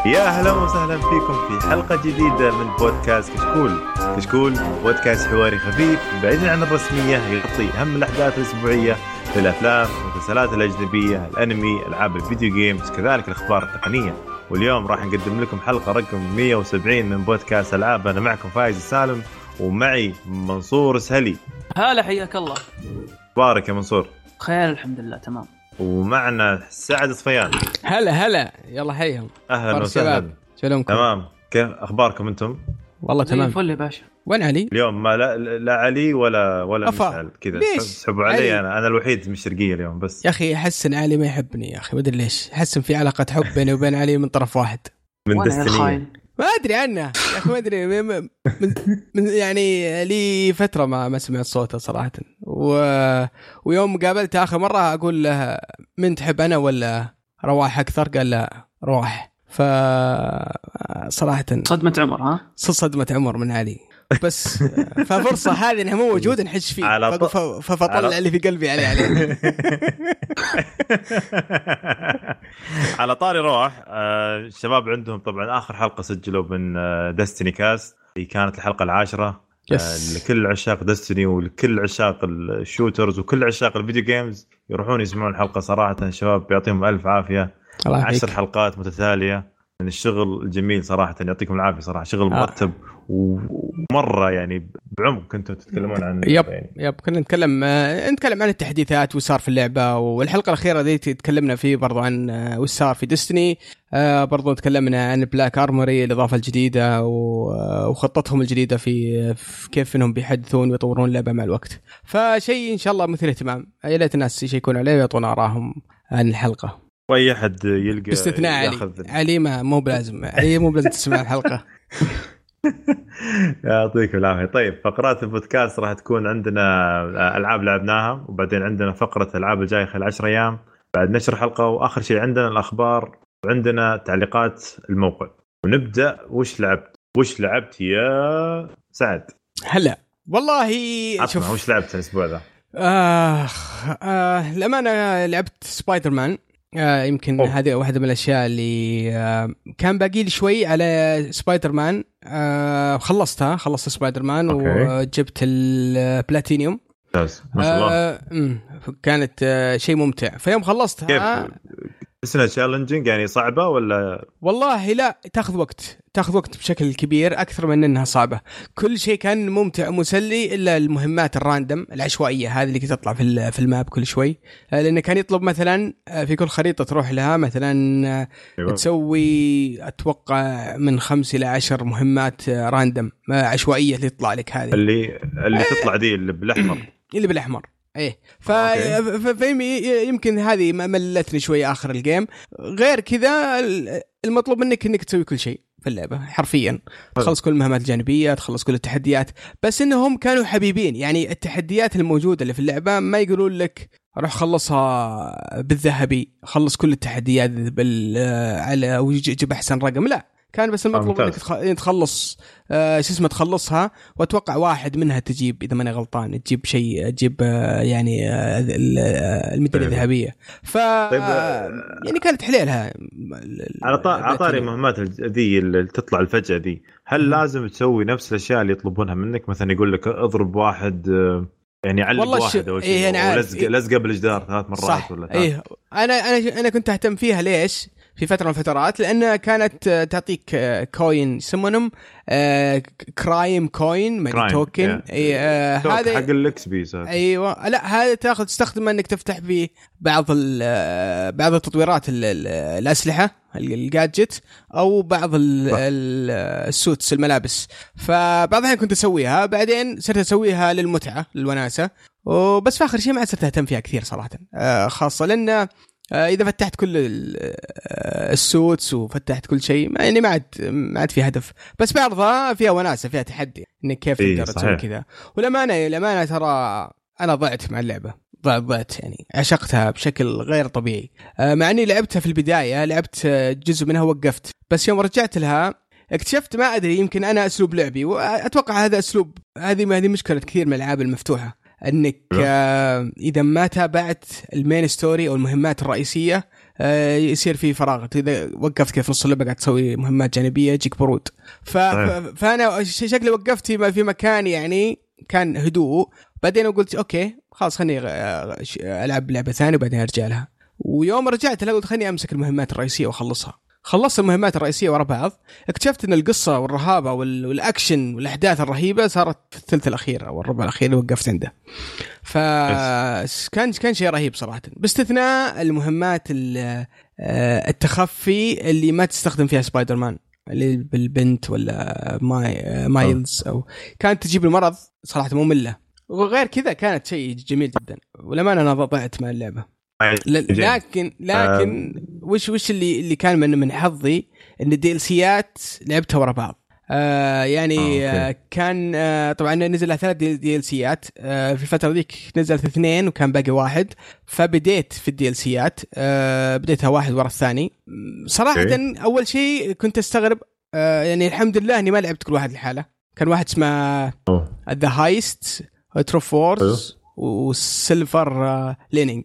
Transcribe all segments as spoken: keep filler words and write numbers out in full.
يا أهلا وسهلا فيكم في حلقة جديدة من بودكاست كشكول. كشكول بودكاست حواري خفيف بعيدا عن الرسمية، يغطي أهم الأحداث الأسبوعية في الأفلام والمسلسلات الأجنبية، الأنمي، ألعاب الفيديو جيمز، كذلك الأخبار التقنية. واليوم راح نقدم لكم حلقة رقم مية وسبعين من بودكاست ألعاب. أنا معكم فايز السالم ومعي منصور سهلي. هلا حياك الله. بارك يا منصور. خير الحمد لله تمام. ومعنا سعد صفيان. هلا هلا يلا حيهم. أهلا وسهلا. شلونكم؟ تمام. كيف أخباركم أنتم؟ والله تمام. فل يا باشا. وين علي؟ اليوم ما لا, لا علي ولا ولا مشعل كذا. سحبوا علي. أنا أنا الوحيد من الشرقية اليوم بس. يا أخي أحسن علي ما يحبني يا أخي، ما أدري ليش. أحسن في علاقة حب بيني وبين علي من طرف واحد. من دستنية. ما أدري عنه يا أخي، ما أدري من, من يعني لي فترة ما ما سمعت صوته صراحة. و... ويوم قابلته آخر مرة أقول له من تحب أنا ولا رواح أكثر؟ قال لا رواح. ف صراحة صدمة عمر. ها صدمة عمر من علي بس. ففرصة هذه انها مو موجود نحش فيه. ط... ففطلع على... اللي في قلبي علي علي. على طاري روح. الشباب آه عندهم طبعا آخر حلقة سجلوا من دستني كاست، هي كانت الحلقة العاشرة. آه لكل عشاق دستني ولكل عشاق الشوترز وكل عشاق الفيديو جيمز يروحون يسمعون الحلقة. صراحة الشباب بيعطيهم ألف عافية. عشر حلقات متتالية من الشغل الجميل صراحة، يعطيكم العافية. صراحة شغل مرتب آه. ومرة يعني بعمق كنتوا تتكلمون عن يب يعني. يب كنا نتكلم آه نتكلم عن التحديثات وصار في اللعبة، والحلقة الأخيرة دي تكلمنا فيه برضو عن آه وصار في ديستني. آه برضو تكلمنا عن بلاك آرموري الإضافة الجديدة وخطتهم الجديدة في, في كيف إنهم بيحدثون ويطورون اللعبة مع الوقت. فشيء إن شاء الله مثير اهتمام. يا ليت الناس يشيكون عليه ويعطونا آراهم عن الحلقة. واي احد يلقى باستثناء علي. علي ما مو بلازم. علي مو بلازم تسمع الحلقه. يعطيكم العافيه. طيب فقرات البودكاست راح تكون عندنا العاب لعبناها، وبعدين عندنا فقره العاب الجايه خلال عشر ايام بعد نشر حلقه، واخر شيء عندنا الاخبار وعندنا تعليقات الموقع. ونبدا. وش لعبت وش لعبت يا سعد؟ هلا والله شوف وش لعبت الاسبوع ذا. آه آه لما انا لعبت سبايدر مان. آه يمكن هذه واحدة من الأشياء اللي آه كان باقي لي شوي على سبايدر مان. آه خلصتها خلصت سبايدر مان وجبت البلاتينيوم. ما شاء الله. آه كانت آه شيء ممتع. فيوم خلصتها اسمها تشالنجينج يعني صعبة ولا؟ والله لا، تاخذ وقت تاخذ وقت بشكل كبير أكثر من أنها صعبة. كل شيء كان ممتع ومسلي إلا المهمات الراندم العشوائية هذه اللي تطلع في في الماب كل شوي. لأنه كان يطلب مثلا في كل خريطة تروح لها مثلا تسوي أتوقع من خمس إلى عشر مهمات راندم عشوائية اللي تطلع لك. هذه اللي اللي تطلع دي اللي بالأحمر اللي بالأحمر ايه. ففهمي يمكن هذه ملتني شويه اخر الجيم. غير كذا المطلوب منك انك تسوي كل شيء في اللعبه حرفيا، تخلص كل المهمات الجانبيه، تخلص كل التحديات. بس انهم كانوا حبيبين، يعني التحديات الموجوده اللي في اللعبه ما يقولون لك روح خلصها بالذهبي، خلص كل التحديات بال على وجيب احسن رقم. لا، كان بس المطلوب انك تخلص آه شو اسمه تخلصها. واتوقع واحد منها تجيب اذا ماني غلطان تجيب شيء تجيب آه يعني آه الميداليه الذهبيه. ف طيب يعني كانت حليلها. على طاري المهمات ذي اللي تطلع الفجأة دي، هل م. لازم تسوي نفس الاشياء اللي يطلبونها منك؟ مثلا يقول لك اضرب واحد يعني علق واحد او شيء إيه ولزق إيه لزق بالجدار ثلاث مرات صح. ولا ثلاث. ايه انا انا انا كنت اهتم فيها. ليش؟ في فترة من الفترات لأنها كانت تعطيك كوين يسمونهم كرايم كوين ما توكن. إيه هذا حق الإكس بيز. أيوة لا، هذا تأخذ تستخدم أنك تفتح به بعض بعض التطويرات الأسلحة الجادجت أو بعض السوتس الملابس. فبعض الحين كنت أسويها، بعدين صرت أسويها للمتعة للوناسة وبس. في آخر شيء ما صرت أهتم فيها كثير صراحة، خاصة لأن إذا فتحت كل السوتس وفتحت كل شيء يعني ما عاد ما عاد في هدف. بس بعضها فيها وناسة، فيها تحدي إنك كيف تقدر إيه تسوي كذا. ولما أنا لما أنا ترى أنا ضعت مع اللعبة، ضعت ضعت يعني عشقتها بشكل غير طبيعي. مع أني لعبتها في البداية، لعبت جزء منها وقفت، بس يوم رجعت لها اكتشفت ما أدري يمكن أنا أسلوب لعبي، وأتوقع هذا أسلوب هذه ما هذه مشكلة كثير من الألعاب المفتوحة. انك آه اذا ما تابعت المين ستوري او المهمات الرئيسيه آه يصير في فراغ، اذا وقفت كيف نص اللعبه قاعد تسوي مهمات جانبيه يجيك برود. ف... فانا شكلي وقفت في مكان يعني كان هدوء، بعدين قلت اوكي خلاص خلني العب لعبه ثانيه وبعدين ارجع لها. ويوم رجعت قلت خلني امسك المهمات الرئيسيه واخلصها. خلصت المهمات الرئيسيه ورا بعض، اكتشفت ان القصه والرهابه والاكشن والاحداث الرهيبه صارت في الثلث الاخير او الربع الاخير اللي وقفت عنده. فكان كان شيء رهيب صراحه، باستثناء المهمات التخفي اللي ما تستخدم فيها سبايدر مان، اللي بالبنت ولا ماي مايلز او كانت تجيب المرض صراحه ممله. وغير كذا كانت شيء جميل جدا، ولما انا ضعت مع اللعبه. لكن لكن وش وش اللي اللي كان من من حظي ان الدي ال سيات لعبتها ورا بعض. آه يعني آه كان آه طبعا نزل ثلاث دي ال سيات آه في الفتره ذيك، نزلت اثنين وكان باقي واحد. فبديت في الدي ال سيات آه بديتها واحد ورا الثاني. صراحه okay. اول شيء كنت استغرب آه يعني الحمد لله اني ما لعبت كل واحد لحاله. كان واحد اسمه ذا هايست تروف وورز والسيلفر آه لينينج.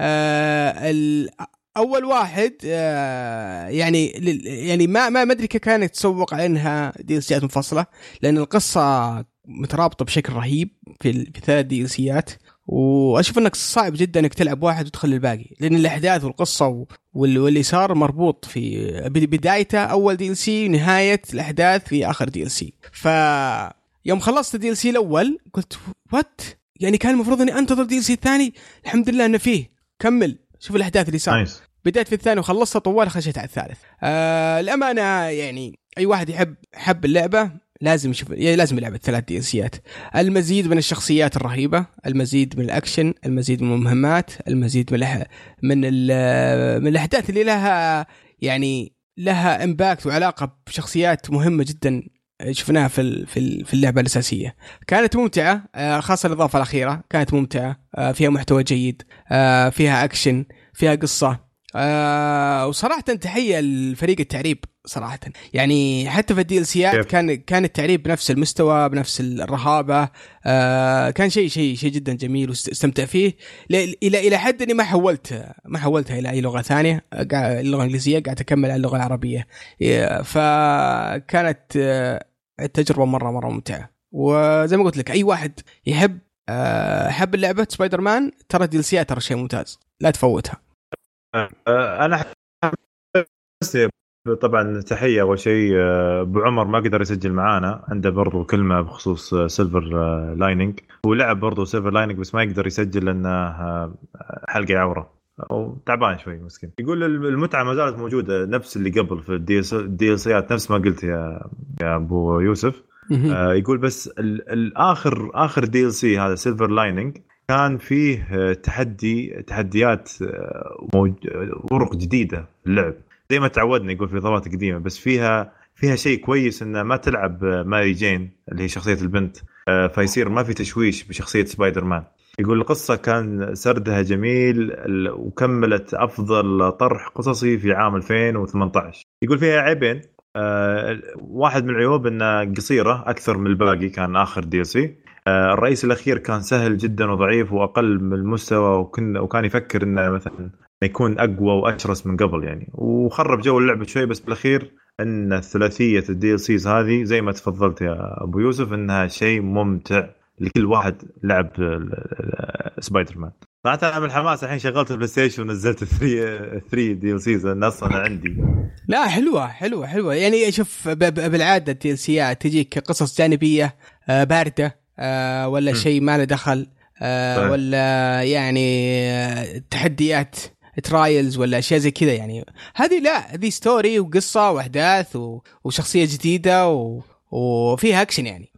آه أول واحد آه يعني يعني ما ما أدري كيف كانت تسوق عنها ديلسيات منفصلة، لأن القصة مترابطة بشكل رهيب في في ثلاث ديلسيات. وأشوف إنك صعب جدا إنك تلعب واحد وتخلي الباقي، لأن الأحداث والقصة واللي صار مربوط في بدايته أول ديلسي ونهاية الأحداث في آخر ديلسي. فيوم خلصت الديلسي الأول قلت وات، يعني كان المفروض إني أنتظر ديلسي الثاني. الحمد لله إنه فيه كمل شوف الأحداث اللي صار. nice. بدأت في الثاني وخلصت طوال خشيت على الثالث. آه الأمانة يعني أي واحد يحب حب اللعبة لازم يشوف، يعني لازم يلعب الثلاث دي ال سيات. المزيد من الشخصيات الرهيبة، المزيد من الأكشن، المزيد من المهمات، المزيد من الح... من ال... من الأحداث اللي لها يعني لها امباكت وعلاقة بشخصيات مهمة جدا شفناها في في اللعبة الأساسية. كانت ممتعة، خاصة الإضافة الأخيرة كانت ممتعة، فيها محتوى جيد، فيها أكشن، فيها قصة. وصراحة تحية لفريق التعريب صراحة، يعني حتى في الدي ال سيات كان كان التعريب بنفس المستوى بنفس الرهابة. كان شيء شيء شيء جدا جميل واستمتع فيه إلى إلى حد إني ما حولت ما حولتها إلى أي لغة ثانية، اللغة الإنجليزية قاعد أكمل على اللغة العربية. فكانت التجربة مرة مرة ممتعة. وزي ما قلت لك أي واحد يحب حب اللعبة سبايدر مان، ترى دي ال سيات ترى شيء ممتاز لا تفوتها. أنا طبعا تحية أول شيء أبو عمر ما قدر يسجل معانا، عنده برضو كلمة بخصوص سيلفر لايننج، ولعب برضو سيلفر لايننج بس ما يقدر يسجل لأنه حلقة عورة أو تعبان شوي مسكين. يقول المتعة ما زالت موجودة نفس اللي قبل في الدي ال سيات نفس ما قلت يا يا أبو يوسف. يقول بس الآخر آخر دي ال سي هذا سيلفر لايننج كان فيه تحدي تحديات ورق جديدة في اللعب زي ما تعودنا. يقول في ضبط قديمة بس فيها فيها شيء كويس إنه ما تلعب ماري جين اللي هي شخصية البنت، فيصير ما في تشويش بشخصية سبايدر مان. يقول القصة كان سردها جميل وكملت أفضل طرح قصصي في عام ألفين وثمانية عشر. يقول فيها عيبين، واحد من العيوب إنها قصيرة أكثر من الباقي كان آخر دي سي. الرئيس الأخير كان سهل جدا وضعيف وأقل من المستوى، وكن وكان يفكر إنه مثلا يكون أقوى وأشرس من قبل يعني، وخرب جو اللعبة شوي. بس بالأخير إن ثلاثية الدي ال سيز هذه زي ما تفضلت يا أبو يوسف إنها شيء ممتع لكل واحد لعب سبايدر مان. صراحة أنا من الحماس الحين شغلت البلاي ستيشن ونزلت ثلاثة دي ال سيز النص أنا عندي. لا حلوة حلوة حلوة يعني. شوف بالعادة الدي ال سيات تجيك قصص جانبية باردة ولا شيء ما له دخل، ولا يعني تحديات ترايلز ولا أشياء زي كذا يعني. هذه لا، هذه ستوري وقصة وأحداث وشخصية جديدة و... وفيها أكشن يعني.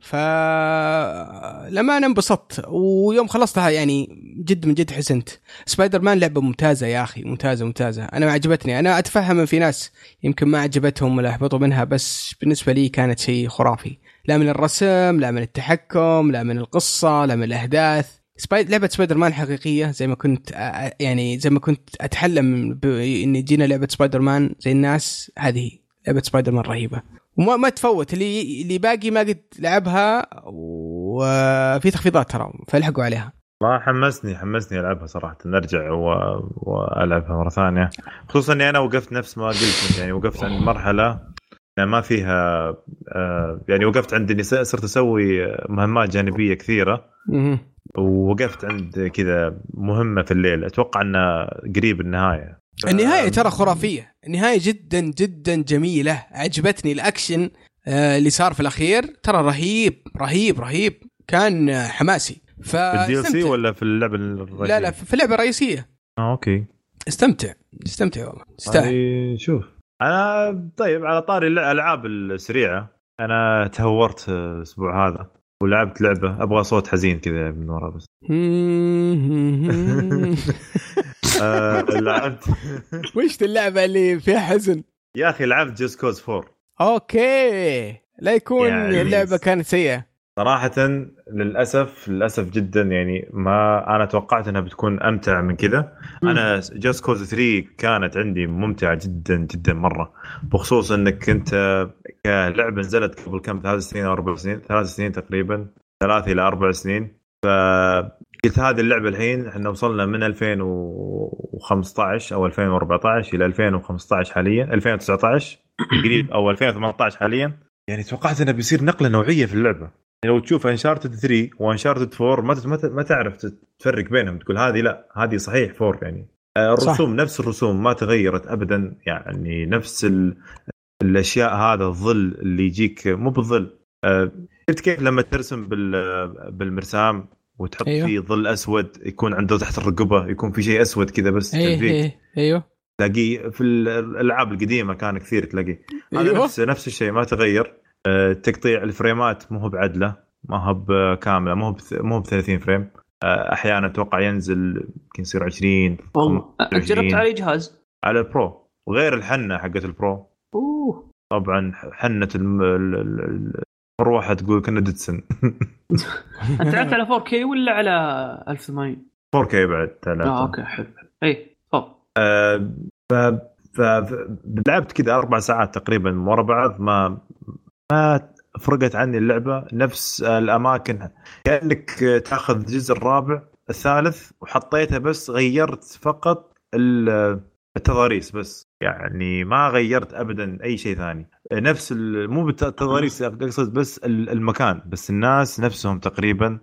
فلما أنا انبسطت ويوم خلصتها يعني جد من جد حسنت. سبايدر مان لعبة ممتازة يا أخي، ممتازة ممتازة. أنا عجبتني. أنا أتفهم إن في ناس يمكن ما عجبتهم ولا أحبطوا منها، بس بالنسبة لي كانت شيء خرافي. لا من الرسم، لا من التحكم، لا من القصة، لا من الأحداث. سبايد لعبة سبايدر مان حقيقية زي ما كنت يعني زي ما كنت أتحلم إن يجينا لعبة سبايدر مان زي الناس. هذه لعبة سبايدر مان رهيبة وما ما تفوت. اللي اللي باقي ما قد لعبها وفي تخفيضات ترى فالحقوا عليها. ما حمسني حمسني العبها صراحه، نرجع و... والعبها مره ثانيه، خصوصا اني انا وقفت نفس ما قلت يعني، وقفت عند مرحله ما فيها آه يعني وقفت عند اني صرت اسوي مهمات جانبيه كثيره، ووقفت عند كذا مهمه في الليل اتوقع انها قريب النهايه. ف... النهايه ترى خرافيه، النهايه جدا جدا جميله، عجبتني الاكشن آه اللي صار في الاخير ترى رهيب رهيب رهيب، كان حماسي. ف الدي ال سي ولا في اللعبه الرئيسيه؟ لا لا في اللعبه الرئيسيه. اه اوكي، استمتع استمتع والله تستاهل. شوف انا طيب على طاري الالعاب السريعه، انا تهورت الاسبوع هذا ولعبت لعبه ابغى صوت حزين كذا من ورا بس. آه لعبت وش اللعبه اللي فيها حزن يا اخي؟ لعبت جاست كوز فور. اوكي، لا يكون يعني اللعبه كانت سيئه صراحه، للاسف للاسف جدا يعني، ما انا توقعت انها بتكون امتع من كذا. انا جاست كوز ثري كانت عندي ممتعه جدا جدا مره، بخصوص انك انت كلعبه نزلت قبل كم، ثلاث سنين او اربع سنين، ثلاث سنين تقريبا، ثلاث الى اربع سنين. فقلت هذه اللعبه الحين احنا وصلنا من ألفين وخمسة عشر او ألفين وأربعة عشر الى ألفين وخمسة عشر حاليا، ألفين وتسعة عشر قريب او ألفين وثمانية عشر حاليا. يعني توقعت انه بيصير نقله نوعيه في اللعبه. يعني لو تشوف انشارتد ثري وانشارتد فور ما ما تعرف تفرق بينهم، تقول هذه لا هذه صحيح فور يعني. الرسوم صح. نفس الرسوم ما تغيرت ابدا يعني، نفس ال... الاشياء، هذا الظل اللي يجيك مو بالظل. شفت كيف لما ترسم بال... بالمرسام وتحط أيوه. فيه ظل اسود يكون عنده تحت الرقبه، يكون في شيء اسود كذا بس أيوه. أيوه. ايوه تلاقيه في الالعاب القديمه كان كثير تلاقيه. هذا أيوه. نفس نفس الشيء ما تغير. تقطيع الفريمات مو هو بعدله، ما هو بكامله، مو مو ب ثلاثين فريم، احيانا اتوقع ينزل يمكن يصير عشرين. والله جربت على جهاز على البرو، وغير الحنه حقت البرو. اوه طبعا حنه المروحه تقول كنا ديدسن. انت لعبت على فور كي ولا على ألف وثمانين؟ فور كي بعد ثلاثة. اه اوكي حلو. اي طب آه ف فلعبت كذا اربع ساعات تقريبا ورا بعض، ما ما فرقت عني اللعبة. نفس الأماكن كأنك تأخذ الجزء الرابع الثالث وحطيتها، بس غيرت فقط التضاريس بس، يعني ما غيرت أبدا أي شيء ثاني. نفس مو بالتضاريس أقصد، بس المكان، بس الناس نفسهم تقريبا.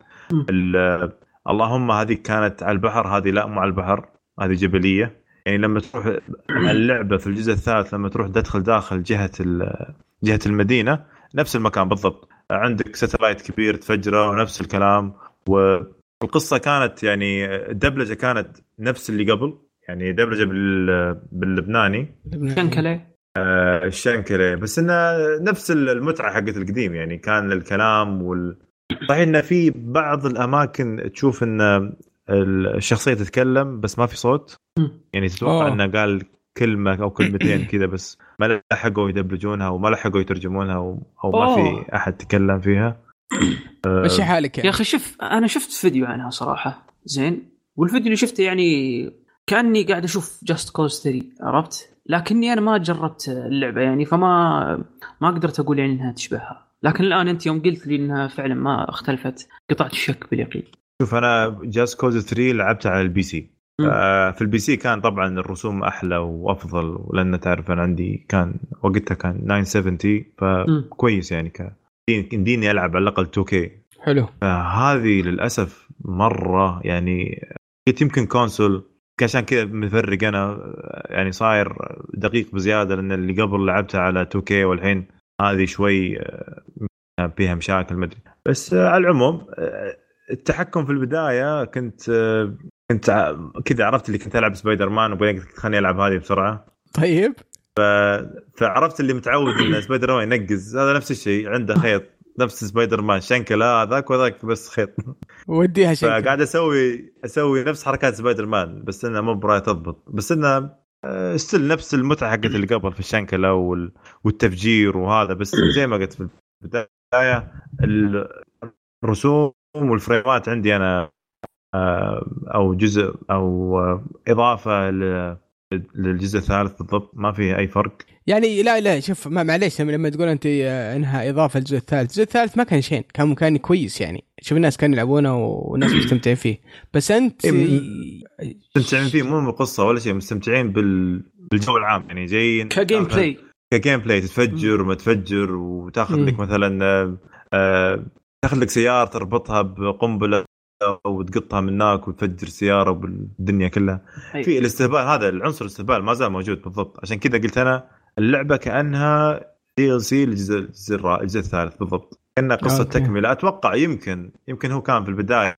اللهم هذه كانت على البحر، هذه لا مو على البحر، هذه جبلية. يعني لما تروح اللعبة في الجزء الثالث، لما تروح تدخل داخل جهة جهة المدينة، نفس المكان بالضبط، عندك ساتلايت كبير تفجره ونفس الكلام. والقصة كانت يعني الدبلجة كانت نفس اللي قبل، يعني دبلجة باللبناني شنكلي آه الشنكلي، بس إنه نفس المتعة حقت القديم. يعني كان الكلام وال... صحيح إنه في بعض الأماكن تشوف إن الشخصية تتكلم بس ما في صوت، يعني تتوقع إنه قال كلمة أو كلمتين كذا بس، ما لحقوا يدبلجونها وما لحقوا يترجمونها، أو ما في أحد تكلم فيها. ماشي حالك يعني. يا أخي شوف، أنا شفت فيديو عنها صراحة زين، والفيديو اللي شفته يعني كأني قاعد أشوف جاست كوز ثري، عرفت؟ لكني أنا ما جربت اللعبة يعني، فما ما قدرت أقول يعني إنها تشبهها. لكن الآن أنت يوم قلت لي إنها فعلا ما اختلفت، قطعت الشك باليقين. شوف أنا جاست كوز ثري لعبتها على البي سي. في البي سي كان طبعا الرسوم احلى وافضل، لان تعرف انا عندي كان وقتها كان تسعمية وسبعين، فكويس يعني كان يمديني العب على الاقل تو كي. حلو. فهذه للاسف مره يعني قلت يمكن كونسول، عشان كذا مفرق انا يعني، صاير دقيق بزياده، لان اللي قبل لعبتها على تو كي والحين هذه شوي فيها مشاكل مدري. بس على العموم التحكم في البدايه كنت كنت كذا عرفت اللي كنت ألعب سبايدر مان وبعدين خلني ألعب هذه بسرعة. طيب ف... فعرفت اللي متعود إن سبايدر مان ينقز، هذا نفس الشيء عنده خيط، نفس سبايدر مان شنكلة هذاك وذاك بس خيط وديها شنكلة. فقاعد أسوي أسوي نفس حركات سبايدر مان، بس إنه مو براي تضبط، بس إنه استل نفس المتعة حقت اللي قبل في الشنكلة وال... والتفجير وهذا. بس زي ما قلت في البداية الرسوم والفريمات عندي أنا او جزء او اضافه للجزء الثالث بالضبط، ما فيه اي فرق يعني. لا لا شوف، ما معليش لما تقول انت انها اضافه للجزء الثالث، الجزء الثالث ما كان شيء، كان كان كويس يعني، شوف الناس كانوا يلعبونه والناس مستمتعين فيه، بس انت مستمتعين فيه مو بالقصه ولا شيء، مستمتعين بال... بالجو العام يعني، جايين كجيم بلاي كجيم بلاي تتفجر وما تفجر، وتاخذ لك مثلا آه... تاخذ لك سياره تربطها بقنبله وتقطها من هناك وتفجر سياره بالدنيا كلها. في الاستهبال هذا، العنصر الاستهبال ما زال موجود بالضبط، عشان كذا قلت انا اللعبه كانها دي ال سي للجزء الجزء الثالث بالضبط، كانها قصه أوكي. تكمله اتوقع، يمكن يمكن هو كان في البدايه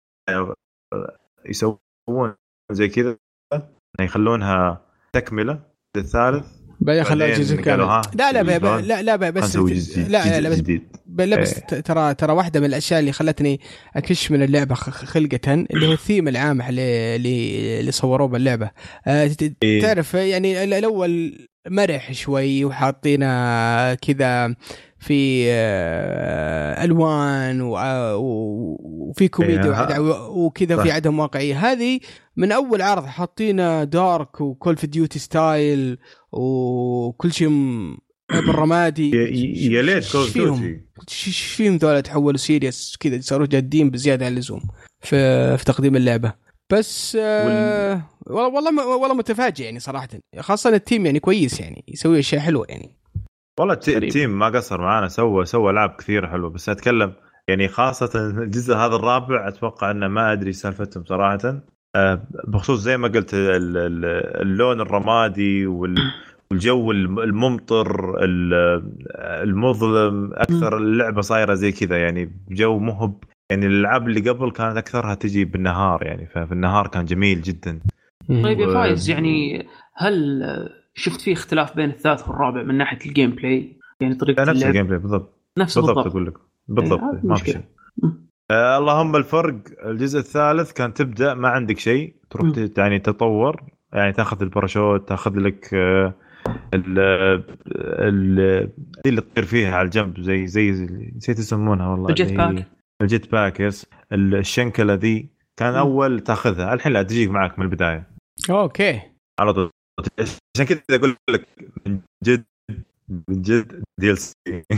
يسوون زي كذا يخلونها تكمله الثالث بعدين خلوا جزء كامل. لا لا بي لا لا بي بس لا لا بس لا بس ترى ترى واحده من الاشياء اللي خلتني اكش من اللعبه خلقه اللي هو الثيم العام اللي اللي صوروه باللعبه. تعرف يعني الاول مرح شوي وحاطينا كذا في الوان وفي كوميديا وكذا في عدم واقعيه. هذه من اول عرض حاطينا دارك وكول اوف ديوتي ستايل وكل شيء بالرمادي. يا ليت كول اوف ديوتي فيهم دول تحولوا سيريس كذا، صاروا جادين بزياده عن اللزوم في في تقديم اللعبه. بس وال... والله والله والله متفاجئ يعني صراحه، خاصه التيم يعني كويس يعني يسوي اشياء حلوه يعني. والله التيم ما قصر معانا، سوى سوى لعب كثير حلو، بس اتكلم يعني خاصه الجزء هذا الرابع اتوقع انه ما ادري سالفتهم صراحه، بخصوص زي ما قلت اللون الرمادي والجو الممطر المظلم اكثر. اللعبه صايره زي كذا يعني جو مهب يعني. الالعاب اللي قبل كانت اكثرها تجي بالنهار يعني، ففي النهار كان جميل جدا. طيب يا فايز، يعني هل شفت فيه اختلاف بين الثالث والرابع من ناحيه الجيم بلاي؟ يعني طريقه نفس اللعب الجيم بلاي بالضبط، نفس بالضبط, بالضبط. اقول لك بالضبط يعني ما في شيء. آه اللهم الفرق الجزء الثالث كان تبدا ما عندك شيء، تروح م. يعني تطور يعني، تاخذ الباراشوت، تاخذ لك آه ال ال اللي تطير فيها على الجنب زي زي نسيت يسمونها والله، الجيت باك. الجيت باك يس، الشنكله ذي كان م. اول تاخذها، الحين لا تجيك معك من البدايه. اوكي على طول، عشان كذا اقول لك من جد من جد دي ال سي.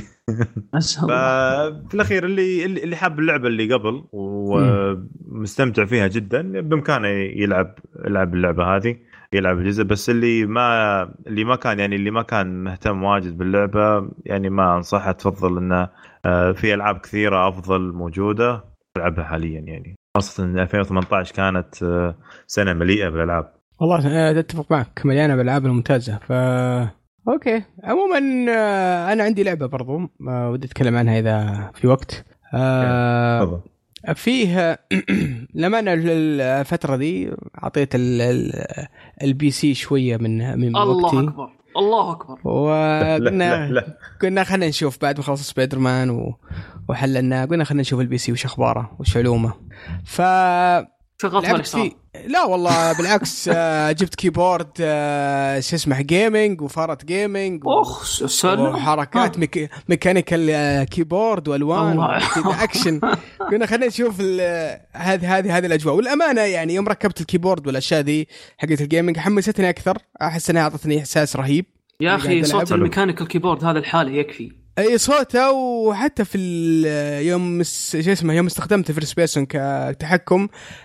في الاخير اللي اللي حاب اللعبه اللي قبل ومستمتع فيها جدا بامكانه يلعب يلعب اللعبه هذه، يلعب الجزء. بس اللي ما اللي ما كان يعني اللي ما كان مهتم واجد باللعبه يعني ما انصحه، تفضل انه في العاب كثيره افضل موجوده تلعبها حاليا يعني، خاصه ان ألفين وثمانية عشر كانت سنه مليئه بالالعاب. والله اتفق معك، مليانه بالالعاب الممتازه. ف اوكي عموما انا عندي لعبه برضو ودي اتكلم عنها اذا في وقت. آه فيه لما انا الفتره دي اعطيت البي سي شويه من من الله وقتي. الله اكبر الله اكبر. وقلنا قلنا خلينا نشوف بعد ما خلص سبايدر مان وحللنا، قلنا خلينا نشوف البي سي وش اخباره وش علومه. ف لعبت فيه. لا والله بالعكس، جبت كيبورد شو اسمه جيمنج وفارت جيمنج اخ سلام، وحركات ميك... ميكانيكال كيبورد والوان اكشن. قلنا خلينا نشوف هذه هذه هذه الاجواء. والامانه يعني يوم ركبت الكيبورد والاشياء دي حقت الجيمنج حمستني اكثر، احس انها اعطتني احساس رهيب يا اخي. صوت الميكانيكال كيبورد هذا الحالي يكفي، اي صوته. وحتى في يوم شو اسمه يوم استخدمته في السبيسون كتحكم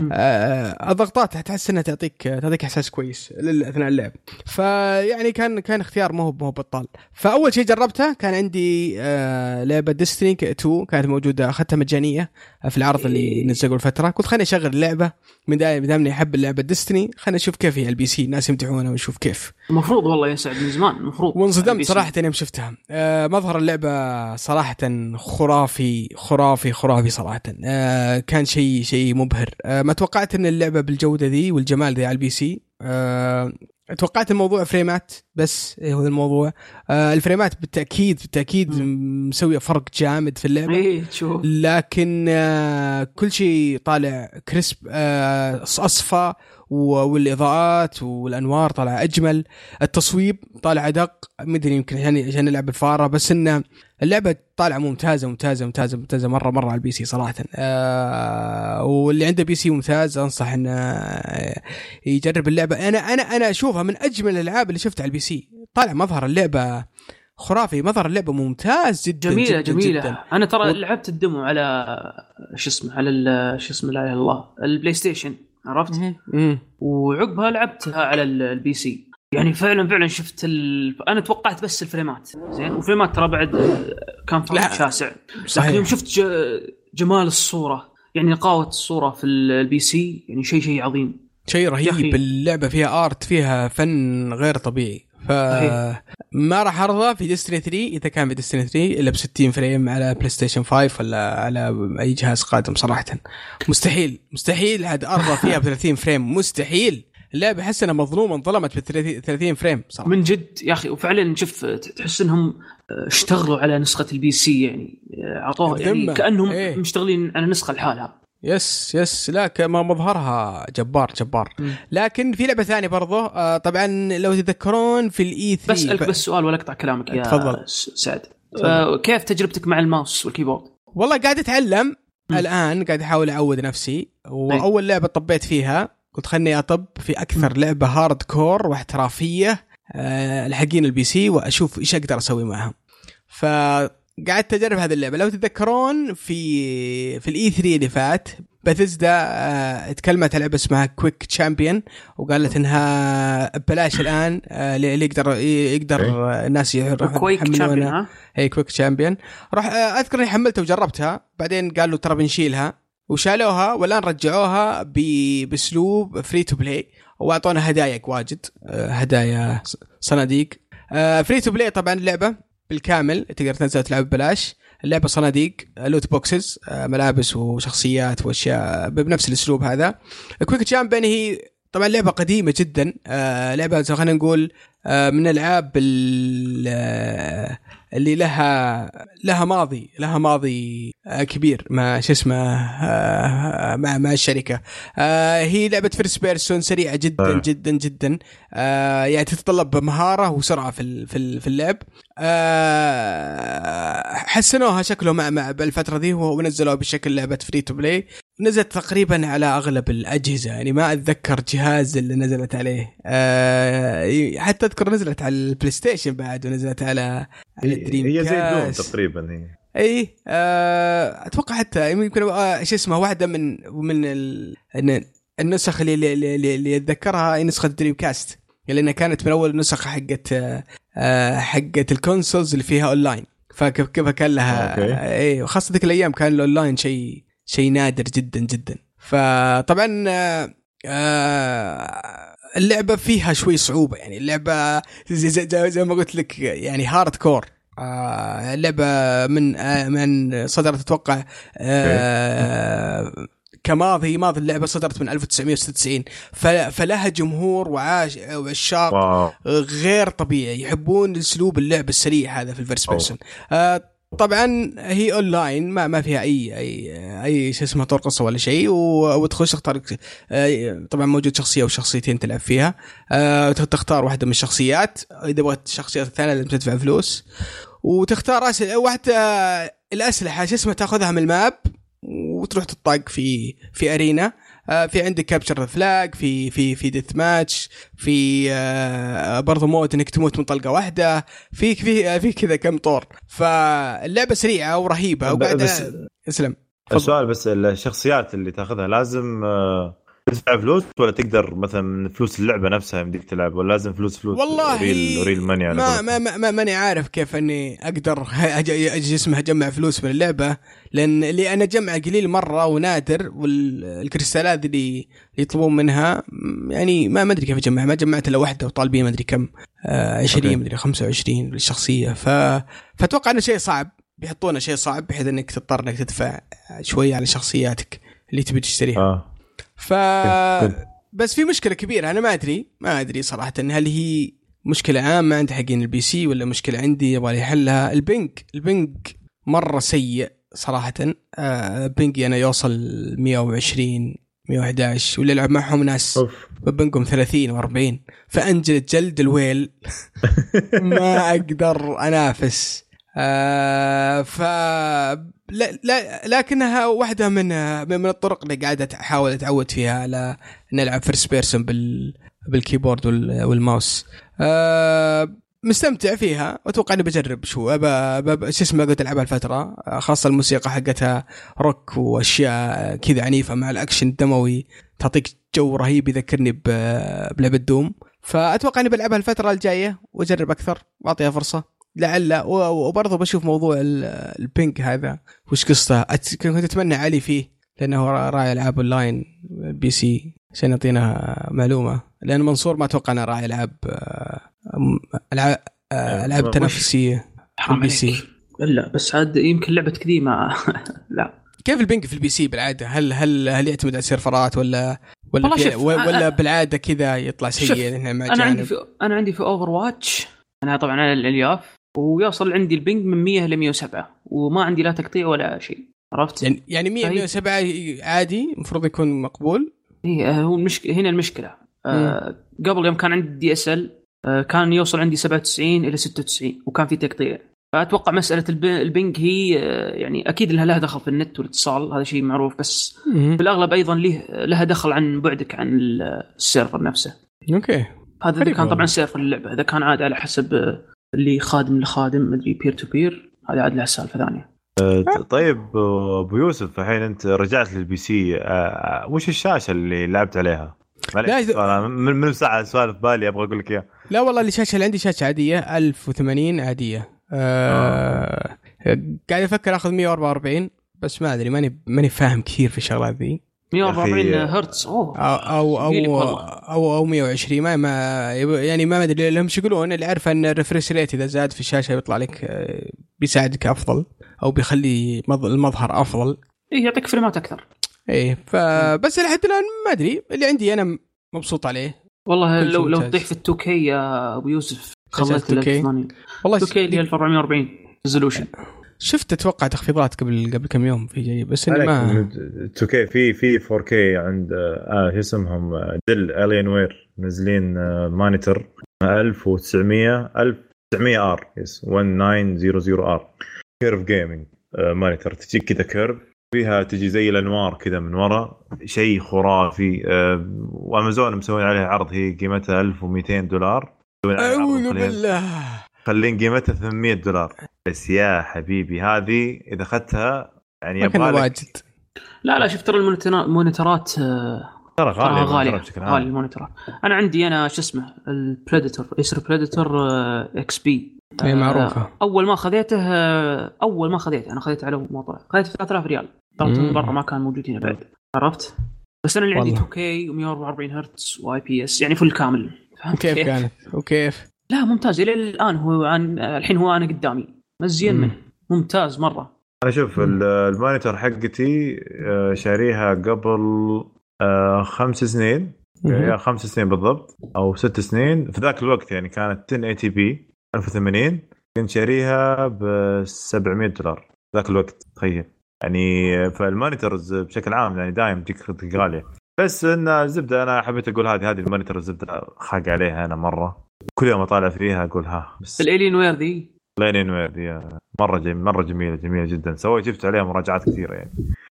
الضغطات تحس انها تعطيك تعطيك احساس كويس اثناء اللعب. فيعني كان كان اختيار مو مو بطال. فاول شيء جربته كان عندي لعبه ديستني اثنين كانت موجوده، اخذتها مجانيه في العرض اللي نزلوا الفتره. قلت خليني اشغل اللعبه من دائما احب اللعبه ديستني، خلينا نشوف كيف هي البي سي، الناس يمتحونها ونشوف كيف. المفروض والله يسعد من زمان المفروض. وانصدمت صراحه يوم شفتها. مظهر اللعبه صراحة خرافي خرافي خرافي صراحة. آه كان شيء شيء مبهر. آه ما توقعت ان اللعبة بالجودة ذي والجمال ذي على البي سي. آه توقعت الموضوع فريمات بس، هو الموضوع آه الفريمات بالتأكيد بالتأكيد مسوية فرق جامد في اللعبة. إيه شوف. لكن آه كل شيء طالع كريسب، آه أصفى والاضاءات والانوار طالعه اجمل، التصويب طالع ادق، مدري يمكن عشان عشان نلعب الفاره، بس ان اللعبه طالعه ممتازه ممتازه ممتازه ممتازه مره مره على البي سي صراحه. آه واللي عنده بي سي ممتاز انصح انه يجرب اللعبه. انا انا انا اشوفها من اجمل الالعاب اللي شفتها على البي سي، طالع مظهر اللعبه خرافي، مظهر اللعبه ممتاز جدا جميله جدا جميله جدا. انا ترى و... لعبت الدمو على شو اسمه على شو اسمه لا اله الا الله البلاي ستيشن، عرفت؟ مم. وعقبها لعبتها على البي سي. يعني فعلا فعلا شفت ال... انا توقعت بس الفريمات زين، وفريمات ترى بعد كان فرق شاسع، لكن يوم شفت ج... جمال الصوره، يعني نقاوه الصوره في البي سي، يعني شيء شيء عظيم، شيء رهيب. اللعبه فيها ارت، فيها فن غير طبيعي. فما راح ارضى في ديستني ثري اذا كان في ديستني ثري الا ب ستين فريم على بلاي ستيشن فايف ولا على اي جهاز قادم صراحه. مستحيل مستحيل عاد ارضى فيها ب ثلاثين فريم، مستحيل. اللعبه احس انها مظلومه انظلمت ب ثلاثين فريم صراحه من جد يا اخي. وفعلا شوف تحس انهم اشتغلوا على نسخه البي سي، يعني عطوها يعني كانهم ايه؟ مشتغلين على نسخه لحالها. يس يس لا كما مظهرها جبار جبار. م. لكن في لعبه ثانيه برضه آه طبعا لو تذكرون في الاي ثري. بسألك ف... بس سؤال ولا اقطع كلامك يا تفضل. سعد. آه كيف تجربتك مع الماوس والكيبورد؟ والله قاعد اتعلم م. الان، قاعد احاول اعود نفسي. واول لعبه طبيت فيها قلت خلني اطب في اكثر م. لعبه هارد كور واحترافيه آه الحقين البي سي واشوف ايش اقدر اسوي معها. ف قاعد تجرب هذه اللعبة. لو تتذكرون في في الاي ثري اللي فات بثزدا اه اتكلمت عن لعبة اسمها كويك تشامبيون، وقالت انها ببلاش الان اه اللي يقدر يقدر الناس يحملونها. هي كويك تشامبيون. راح اه اذكر اني حملتها وجربتها، بعدين قالوا ترى بنشيلها وشالوها، والان رجعوها باسلوب فري تو بلاي واعطونا هدايا واجد، اه هدايا صناديق اه فري تو بلاي. طبعا اللعبة بالكامل تقدر تنزل تلعب ببلاش. اللعبة صناديق لوت بوكسز، ملابس وشخصيات واشياء بنفس الاسلوب هذا. كويك تشامبيون هي طبعا لعبة قديمة جدا، لعبة خلينا نقول من الالعاب اللي لها لها ماضي لها ماضي كبير مع شو اسمه مع مع الشركة. هي لعبة فيرست بيرسون سريعة جدا جدا جدا، يعني تتطلب مهارة وسرعة في في اللعب. حسنوها شكله مع مع بالفترة دي ونزلوها بشكل لعبة فري تو بلاي. نزلت تقريبا على أغلب الأجهزة، يعني ما أتذكر جهاز اللي نزلت عليه. أه حتى أذكر نزلت على البلاي ستيشن بعد، ونزلت على على الدريم هي زي دوم تقريبا. هي أي أه أتوقع حتى يمكن أه شو اسمه واحدة من من ال... النسخ اللي اللي, اللي, اللي أتذكرها هي نسخة دريم كاست، لأنها كانت من أول النسخ حقت أه حقت الكونسولز اللي فيها أونلاين. فكيف كيف كان لها أي، وخاصة ذيك الأيام كان الأونلاين شيء شيء نادر جدا جدا. فطبعا اللعبة فيها شوي صعوبة، يعني اللعبة زي, زي, زي ما قلت لك يعني هارد كور. اللعبة من من صدرت تتوقع كماضي ماضي اللعبة صدرت من ألف وتسعمية وستة وتسعين، فلها جمهور وعاش وعشاق غير طبيعي يحبون اسلوب اللعب السريع هذا في الفيرست بيرسون. طبعا هي اونلاين ما ما فيها اي اي اي شيء اسمه طور قصه ولا شيء، وتخش تختار طبعا موجود شخصيه وشخصيتين تلعب فيها. تختار واحده من الشخصيات، اذا بغيت الشخصيات الثانيه لازم تدفع فلوس، وتختار اسلحه واحده الاسلحه شو اسمه تاخذها من الماب وتروح تطاق في في ارينا. في عندك كابتشر فلاج، في في في ديث ماتش، في برضو موت انك تموت من طلقه واحده، في في في كذا كم طور. فاللعبه سريعه ورهيبه وقاعده اسلم. السؤال بس الشخصيات اللي تاخذها لازم تدفع فلوس ولا تقدر مثلا فلوس اللعبه نفسها يمديك تلعب، ولا لازم فلوس فلوس والله ريل ريل ماني؟ يعني ما ما ما ماني عارف كيف اني اقدر اجي اسمها اجمع فلوس من اللعبه، لان اللي انا جمع قليل مره ونادر، والكريستالات اللي يطلبون منها يعني ما ادري كيف اجمع. ما جمعت الا واحده وطالبين ما ادري كم عشرين ما ادري خمسة وعشرين للشخصيه. ف فاتوقع انه شيء صعب، بيحطونه شيء صعب بحيث انك تضطر انك تدفع شويه على شخصياتك اللي تبي تشتريها. آه. ف بس في مشكله كبيره انا ما ادري ما ادري صراحه ان هل هي مشكله عامه عند حقين البي سي ولا مشكله عندي يبغى يحلها. البنج البنج مره سيء صراحه. آه بنجي انا يوصل مية وعشرين مية وأحد عشر ولا يلعب معهم ناس ببنكم ثلاثين وأربعين فأنجلت جلد الويل ما أقدر أنافس. آه ف لا, لا لكنها واحدة من من الطرق اللي قاعدة أحاول أتعود فيها على نلعب فيرست بيرسون بال بالكيبورد والماوس. آه مستمتع فيها وأتوقع أني بجرب شو أبى أبى شو اسمه قلت ألعبها الفترة خاصة الموسيقى حقتها روك وأشياء كذا عنيفة مع الأكشن الدموي تعطيك جو رهيب يذكرني بلعبة دوم. فأتوقع أني بلعبها الفترة الجاية وأجرب أكثر وأعطيها فرصة لعل. وبرضه بشوف موضوع البينك هذا وش قصته كنت أتمنى علي فيه لأنه راعي ألعاب أونلاين بي سي عشان يعطينا معلومة لأن منصور ما أتوقع أنا راعي ألعاب ألعاب ألعاب تنافسية في البي سي. لا بس عاد يمكن لعبة قديمة. لا كيف البينك في البي سي بالعادة هل هل هل يعتمد على السيرفرات ولا ولا في ولا بالعادة كذا يطلع سيء؟ أنا عندي في أنا عندي في أوفر واتش أنا طبعا على الإلياف ويوصل عندي البينج من مية ل مية وسبعة وما عندي لا تقطيع ولا شيء عرفت يعني يعني مية مية وسبعة عادي مفروض يكون مقبول. إيه هو المشكلة هنا المشكلة آه قبل يوم كان عندي دي اس ال آه كان يوصل عندي سبعة وتسعين إلى ستة وتسعين وكان في تقطيع. فأتوقع مسألة البينج هي آه يعني أكيد لها لها دخل في النت والاتصال هذا شيء معروف بس في الأغلب أيضا له لها دخل عن بعدك عن السيرفر نفسه. أوكي هذا إذا كان طبعا سيرفر اللعبة إذا كان عاد على حسب اللي خادم لخادم مدري بير تو بير هذا عاد له سالفة ثانية. طيب أبو يوسف الحين أنت رجعت للبي سي أه وش الشاشة اللي لعبت عليها؟ لا من من ساعة سؤال في بالي أبغى أقول لك إياه. لا والله الشاشة اللي عندي شاشة عادية ألف وثمانين عادية. أه آه. قاعد أفكر أخذ مية وأربعة وأربعين بس ما أدري ماني ماني فاهم كثير في الشغلات ذي. مية وأربعة وأربعين هرتز أوه. أو أو أو أو, أو مية وعشرين ما ما يعني ما أدري لهم شو يقولون. اللي عارف أن الريفرش ريت إذا زاد في الشاشة بيطلع لك بيساعدك أفضل أو بيخلي المظهر أفضل. إيه يعطيك فريمات أكثر. إيه فبس لحد الآن ما أدري اللي عندي أنا مبسوط عليه. والله لو لو تضيف في التوكي يا أبو يوسف خلصت الثمانين والله توكي اللي ألف وأربعمية وأربعين ريزولوشن. شفت اتوقع تخفيضات قبل قبل كم يوم في جاي بس اني ما توكي في في فور كي عند اه اسمهم دل الين وير نزلين مانيتور ألف وتسعمية ألف وتسعمية ار يس ألف وتسعمية ار كيرف جيمنج مانيتور تجيك كذا كيرف فيها تجي زي الانوار كذا من ورا شيء خرافي. وامازون مسوين عليها عرض هي قيمتها ألف ومئتين دولار. اعوذ بالله خلين قيمتها ثمانمية دولار بس يا حبيبي هذه إذا أخذتها يعني يبغى واجد. لا لا شفت ترى المونيتورات ترى غالية غالية غالية المونيتورات. أنا عندي أنا شو اسمه البريدتور إيسر بريدتور إكس بي هي معروفة. أول ما خذيته أول ما خذيته أنا خذيته على موطع خذيته ثلاثة آلاف ريال طلبت من برا ما كان موجود هنا بعد عرفت. بس أنا اللي عندي تو كي ومية وأربعة وأربعين هرتز واي بي اس يعني فل كامل. كيف كانت وكيف؟ لا ممتاز إلى الآن هو عن الحين هو أنا قدامي مزين منه ممتاز مرة. أنا شوف المونيتور حقتي شاريها قبل خمس سنين يا خمس سنين بالضبط أو ست سنين في ذاك الوقت يعني كانت عشرة إيه تي بي ألف وثمانين كنت شاريها بسبعمية دولار ذاك الوقت تخيل يعني. فالمونيتورز بشكل عام يعني دائم تكون غالية بس إن الزبدة أنا حبيت أقول هذه هذه المونيتور الزبدة خاق عليها أنا مرة كل يوم أطالع فيها أقول ها بس الالين وير ذي الالين وير ذي مرة جميلة مرة جميلة جميلة جدا سويت شفت عليها مراجعات كثيرة يعني.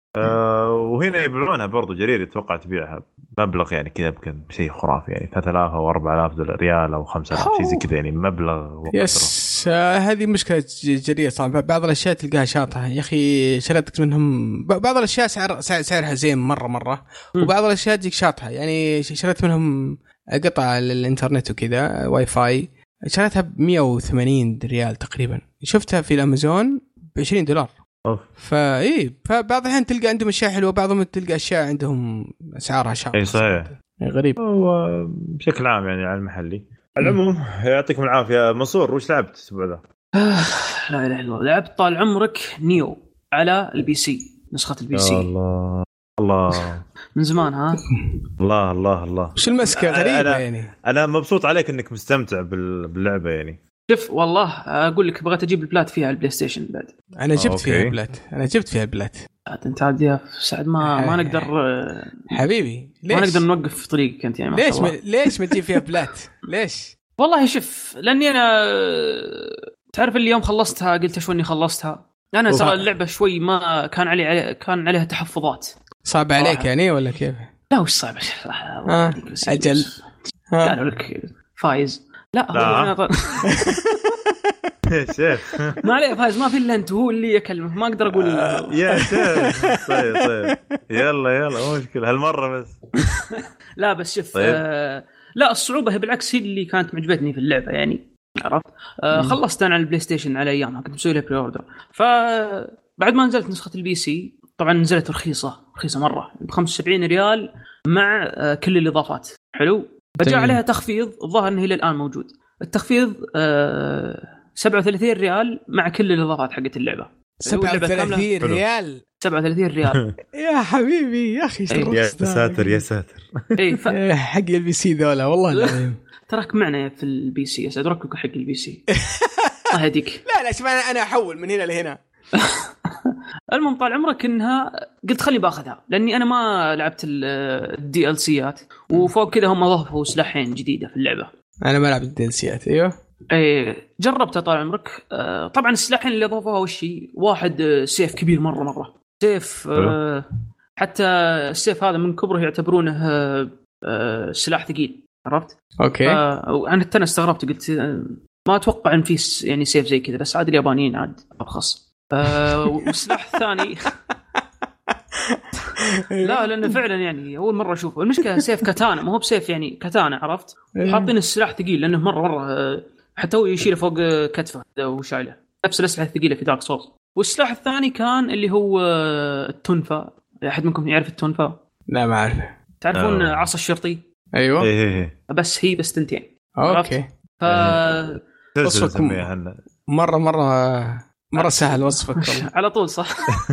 أه وهنا يبيعونها برضو جرير أتوقع تبيعها مبلغ يعني كذا يمكن شيء خرافي يعني ثلاثة آلاف أو أربعة آلاف دولار ريال أو خمسة آلاف شيء زي كذا يعني مبلغ. يس آه هذه مشكلة جرير صراحة. بعض الأشياء تلقاها شاطحة يا أخي شريتك منهم بعض الأشياء سعر سعرها زين مرة مرة وبعض الأشياء تجيك شاطحة يعني شريت منهم قطع للإنترنت وكذا واي فاي شريتها بمية وثمانين ريال تقريبا شفتها في الأمازون بعشرين دولار. فايه فبعض الحين تلقى عندهم اشياء حلوه بعضهم تلقى اشياء عندهم اسعارها شاطحه. اي صحيح غريب. هو بشكل عام يعني على المحلي. العموم يعطيكم العافيه. منصور وش لعبت الاسبوع ذا؟ لا اله الا الله. لعبت طال عمرك نيو على البي سي نسخه البي سي. الله الله من زمان ها. الله الله الله وش المسكه غريبه أنا يعني. انا مبسوط عليك انك مستمتع باللعبه يعني شوف والله اقول لك بغيت اجيب البلات فيها على البلاي ستيشن بعد. انا جبت فيها البلات انا جبت فيها البلات انت عاد يا سعد ما ما نقدر حبيبي ليش ما نقدر نوقف في طريقك انت يعني ليش ما ليش ما تجيب فيها بلات ليش والله شوف لاني انا تعرف اليوم خلصتها قلت شو اني خلصتها انا ترى اللعبه شوي ما كان علي, علي كان عليها تحفظات صعب عليك يعني ولا كيف لا وش صعب آه. اجل قالوا لك فايز لا, لا. يا شيخ ما عليه فايز ما في الا انت هو اللي يكلمه ما اقدر اقول يا شيخ طيب طيب يلا يلا مو مشكله هالمره بس لا بس شوف طيب. آه لا الصعوبه هي بالعكس هي اللي كانت معجبتني في اللعبه يعني عرفت آه خلصت انا على البلاي ستيشن على ايامها كنت مسوي لها بري اوردر فبعد ما نزلت نسخه البي سي طبعا نزلت رخيصه رخيصه مره ب خمسة وسبعين ريال مع آه كل الاضافات حلو فجاء عليها تخفيض الظاهر انه الى الان موجود التخفيض آه سبعة وثلاثين ريال مع كل الاضافات حقت اللعبه سبعة وثلاثين ريال سبعة وثلاثين ريال يا حبيبي يا اخي يا ساتر يا ساتر اي ف... حق البي سي ذولا والله العظيم تراك معنا في البي سي ادركك حق البي سي الله يهديك لا لا شوف انا احول من هنا لهنا المهم طال عمرك انها قلت خلي باخذها لاني انا ما لعبت الدي ال سيات وفوق كذا هم اضافوا سلاحين جديده في اللعبه انا ما لعبت الدي ال سيات ايوه ايه جربتها طال عمرك آه طبعا السلاحين اللي اضافوها وشي واحد آه سيف كبير مره مره سيف آه حتى السيف هذا من كبره يعتبرونه آه آه سلاح ثقيل عرفت اوكي آه انا انا استغربت قلت آه ما اتوقع ان في يعني سيف زي كذا بس عاد اليابانيين عاد ارخص آه والسلاح الثاني لا لانه فعلا يعني اول مره اشوفه المشكله سيف كاتانا ما هو بسيف يعني كاتانا عرفت حاطين السلاح ثقيل لانه مره مره حتى هو يشيله فوق كتفه وشايله نفس الاسلحه الثقيله في دارك سولز والسلاح الثاني كان اللي هو التونفا احد منكم يعرف التونفا لا ما اعرف تعرفون أوه. عصا الشرطي ايوه إيه. بس هي بس تنتين اوكي ف وصفكم مره مره مره سهل وصفك على طول صح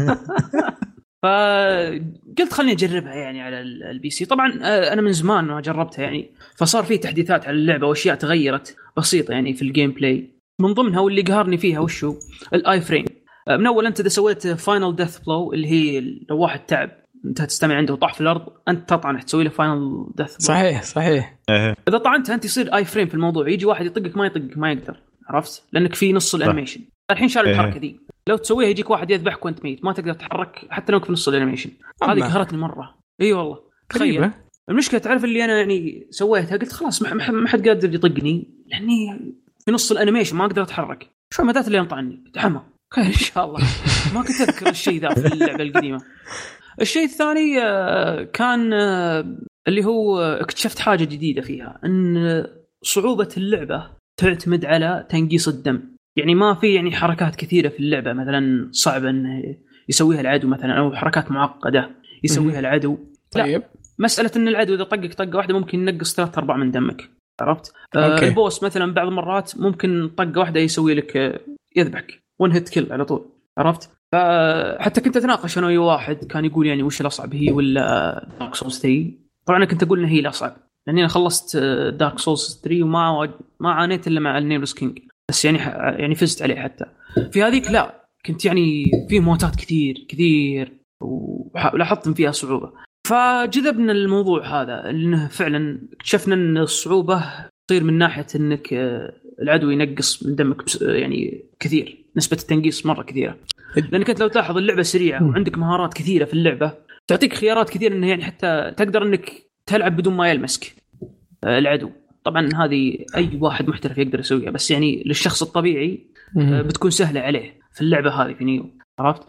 فقلت خليني اجربها يعني على البي سي طبعا انا من زمان ما جربتها يعني فصار في تحديثات على اللعبه واشياء تغيرت بسيطه يعني في الجيم بلاي من ضمنها واللي قهرني فيها وشو الاي فريم من اول انت اذا سويت فاينل ديث بلو اللي هي لو واحد تعب انت تستمع عنده وطاح في الارض انت تطعنه تسوي له فاينل ديث بلو صحيح صحيح اذا طعنته انت يصير اي فريم في الموضوع يجي واحد يطقك ما يطقك ما يقدر عرفت لانك في نص الانيميشن الحين شال الحركه دي لو تسويها يجيك واحد يذبحك وانت ميت ما تقدر تتحرك حتى لو في نص الانيميشن هذه قهرتني مره اي أيوة والله تخيل المشكله تعرف اللي انا يعني سويتها قلت خلاص ما حد قادر يطقني لاني في نص الانيميشن ما اقدر اتحرك شو ما ذات اللي ينطعني تحمى خير ان شاء الله ما كنت اذكر الشيء ذا في اللعبه القديمه الشيء الثاني كان اللي هو اكتشفت حاجه جديده فيها ان صعوبه اللعبه تعتمد على تنقيص الدم يعني ما في يعني حركات كثيرة في اللعبة مثلا صعب أن يسويها العدو مثلا أو حركات معقدة يسويها العدو طيب. لا مسألة أن العدو إذا طقك طقة واحدة ممكن ينقص ثلاثة أربعة من دمك عرفت آه البوس مثلا بعض المرات ممكن طقة واحدة يسوي لك يذبحك ون هيت كيل على طول عرفت فحتى كنت أتناقش أنا ويا واحد كان يقول يعني وش الأصعب هي ولا دارك سولز ثري طبعا أنا كنت أقول إن هي الأصعب لأني أنا خلصت دارك سولز ثري وما ما عانيت إلا مع النيملس كينج بس يعني يعني فزت عليه حتى في هذيك لا كنت يعني فيه موتات كثير كثير ولاحظت فيها صعوبة فجذبنا الموضوع هذا لأنه فعلا اكتشفنا أن الصعوبة تصير من ناحية أنك العدو ينقص من دمك يعني كثير نسبة التنقيص مرة كثيرة لأنك أنت لو تلاحظ اللعبة سريعة وعندك مهارات كثيرة في اللعبة تعطيك خيارات كثير أنه يعني حتى تقدر أنك تلعب بدون ما يلمسك العدو طبعا هذه أي واحد محترف يقدر يسويها بس يعني للشخص الطبيعي بتكون سهلة عليه في اللعبة هذه في نيو عرفت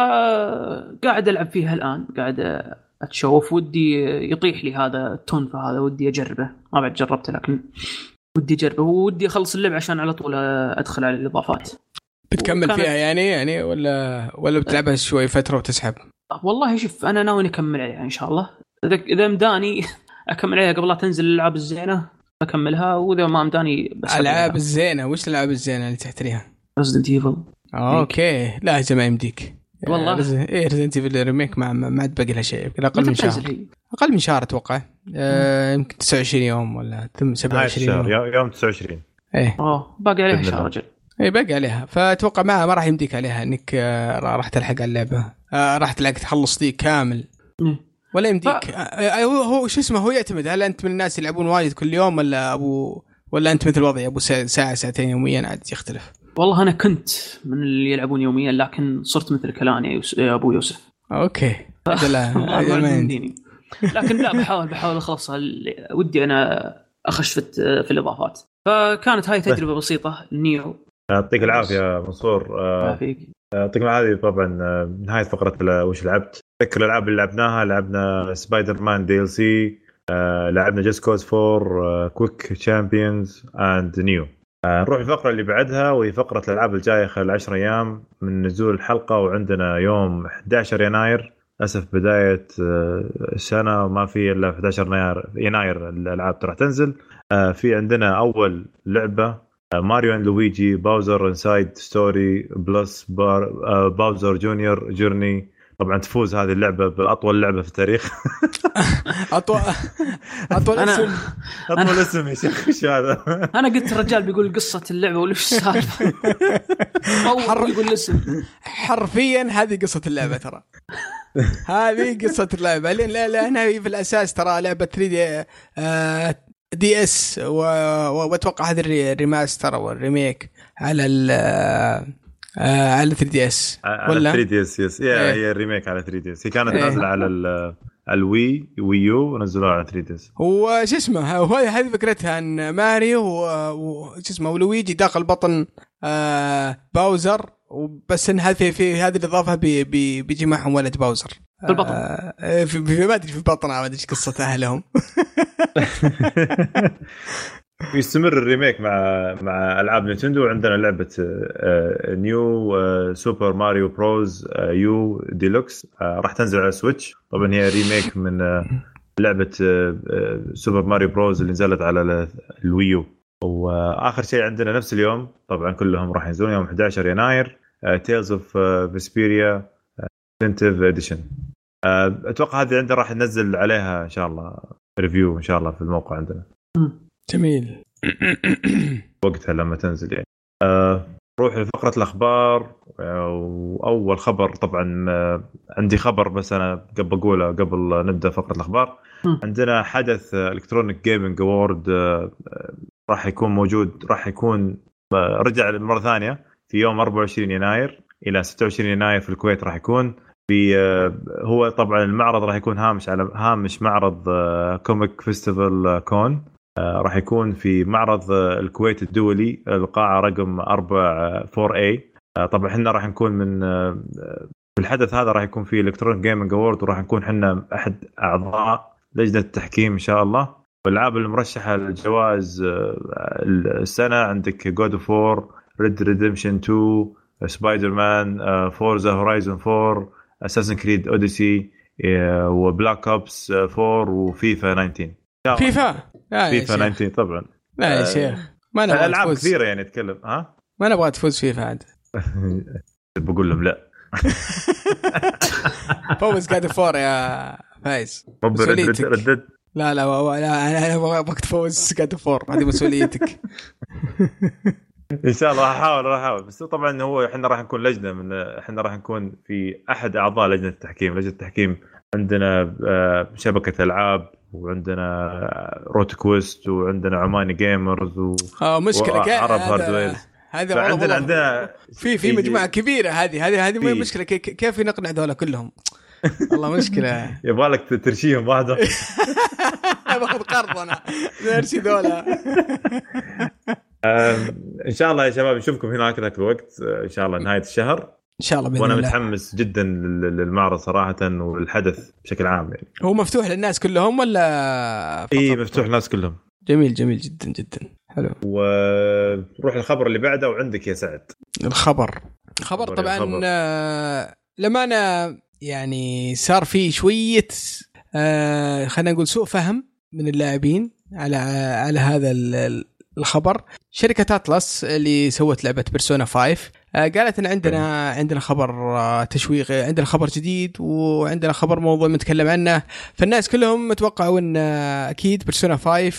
فقاعد ألعب فيها الآن قاعد أتشوف ودي يطيح لي هذا التون فهذا ودي أجربه ما بعد جربته لكن ودي أجربه ودي أخلص اللعبة عشان على طول أدخل على الإضافات بتكمل فيها يعني يعني ولا ولا بتلعبها شوي فترة وتسحب والله شوف أنا ناوي أكمل عليها إن شاء الله إذا إذا مداني أكمل عليها قبل لا تنزل الألعاب الزينة أكملها وإذا ما مداني بس ألعاب الزينة وش الألعاب الزينة اللي تحتريها Resident Evil أوكي لا هجة ما يمديك والله رز... إيه Resident Evil ريميك ما ما عاد باقي لها شيء أقل من شهر هي. أقل من شهر أتوقع يمكن آه تسعة وعشرين يوم ولا سبعة وعشرين يوم يوم تسعة وعشرين ايه اه باقي عليها شهر رجل. ايه باقي عليها، فاتوقع ما ما راح يمديك عليها انك راح تلحق على اللعبه، راح تلاقي تخلص دي كامل ولا يمديك. ف... هو هو شو اسمه، هو يعتمد هل انت من الناس اللي يلعبون وايد كل يوم ولا ابو ولا انت مثل وضعي ابو ساعه ساعتين يوميا عاد يختلف. والله انا كنت من اللي يلعبون يوميا لكن صرت مثلك الان يا, يا ابو يوسف. اوكي لا لكن لا بحاول بحاول اخلصها، ودي انا اخش في في الاضافات. فكانت هاي تجربه بسيطه. نيو يعطيك العافيه منصور. يعطيك العافيه. طبعا نهايه فقره وش لعبت، تذكر الالعاب اللي لعبناها. لعبنا سبايدر مان دي ال سي، لعبنا جاست كوز فور، كويك تشامبيونز اند نيو. نروح الفقره اللي بعدها وهي فقره الالعاب الجايه خلال عشر ايام من نزول الحلقه. وعندنا يوم أحد عشر يناير، للاسف بدايه السنه ما في الا أحد عشر يناير يناير الالعاب راح تنزل. في عندنا اول لعبه ماريو اند لويجي باوزر انسايد ستوري بلس باوزر جونيور جورني. طبعا تفوز هذه اللعبه باطول لعبه في التاريخ. اطول اطول اسم اطول اسم يا شيخ. شو هذا؟ انا قلت الرجال بيقول قصه اللعبه ولا ايش السالفه. او يقول الاسم. حرفيا هذه قصه اللعبه ترى. هذه قصه اللعبه. لا لا هنا في الاساس ترى لعبه ثري دي دي اس، واتوقع هذا الريماستر والريميك على ال على ثري دي اس ولا ثري دي اس. يس هي هي الريميك على ثري دي اس. هي كانت نازله على الوي ويو ونزلوها على ثري دي اس. هو شو اسمه، هو هذه فكرتها ان ماريو وش اسمه ولويجي داخل بطن باوزر، وبس ان هذه في هذه الاضافه بيجي معهم ولد باوزر في البطن. في ما ادري في البطن ما ادري ايش قصه اهلهم. يستمر الريميك مع مع العاب نينتندو. عندنا لعبه نيو سوبر ماريو بروز يو ديلوكس راح تنزل على سويتش. طبعا هي ريميك من لعبه سوبر ماريو بروز اللي نزلت على الويو. واخر شيء عندنا نفس اليوم طبعا كلهم راح ينزلون يوم أحد عشر يناير تيلز اوف فيسبيريا ديفينيتيف اديشن. اتوقع هذه عندنا راح ننزل عليها ان شاء الله ريفيو ان شاء الله في الموقع عندنا. جميل. وقتها لما تنزل يعني. أه روح لفقرة الأخبار. وأول خبر طبعا عندي خبر بس أنا قبل أقوله قبل نبدأ فقرة الأخبار. عندنا حدث إلكترونيك جيمينج أوورد راح يكون موجود، راح يكون رجع مرة ثانية في يوم أربعة وعشرين يناير إلى ستة وعشرين يناير في الكويت. راح يكون في هو طبعا المعرض راح يكون هامش على هامش معرض كوميك فيستيفال كون. راح يكون في معرض الكويت الدولي القاعة رقم أربعة فور إيه. طبعا احنا راح نكون من في الحدث هذا راح يكون في إلكترونيك جيمينج أوورد، وراح نكون احنا أحد أعضاء لجنة التحكيم إن شاء الله. والألعاب المرشحة للجوائز السنة عندك God of War, Red Redemption تو, سبايدر مان, فورزا هورايزون فور, Assassin's Creed Odyssey, وبلاك أوبس فور, وفيفا تسعة عشر. فيفا فيفا تسعة عشر طبعا. لا يا شيخ ما نبغى العاب كثيره يعني اتكلم. ها ما نبغى تفوز فيفا عاد. بقول لهم لا. فوز قاعد فور يا فايز. ردد. لا لا لا انا ابغاك تفوز قاعد فور، هذه مسؤوليتك. ان شاء الله احاول راح احاول. بس طبعا هو احنا راح نكون لجنه من احنا راح نكون في احد اعضاء لجنه التحكيم. لجنه التحكيم عندنا شبكه العاب، وعندنا روت كويست، وعندنا عماني جيمرز، و اه مشكله عرب هاردوير. هذا عندنا عندنا في في مجموعه كبيره. هذه هذه هذه مشكله. كيف نقنع ذولا كلهم؟ والله مشكله. يبغى لك ترشيهم واحده. باخذ قرض انا نرشي ذولا. ان شاء الله يا شباب نشوفكم هناك ذاك الوقت ان شاء الله نهايه الشهر ان شاء الله. وانا متحمس جدا للمعرض صراحه والحدث بشكل عام. يعني هو مفتوح للناس كلهم ولا اي مفتوح للناس كلهم؟ جميل جميل جدا جدا حلو. وروح الخبر اللي بعده وعندك يا سعد. الخبر خبر طبعا آه لما انا يعني صار في شويه آه خلينا نقول سوء فهم من اللاعبين على على هذا الخبر. شركة أطلس اللي سوت لعبة بيرسونا فايف قالت إن عندنا عندنا خبر تشويق، عندنا خبر جديد وعندنا خبر موضوع نتكلم عنه. فالناس كلهم متوقعوا إن أكيد بيرسونا فايف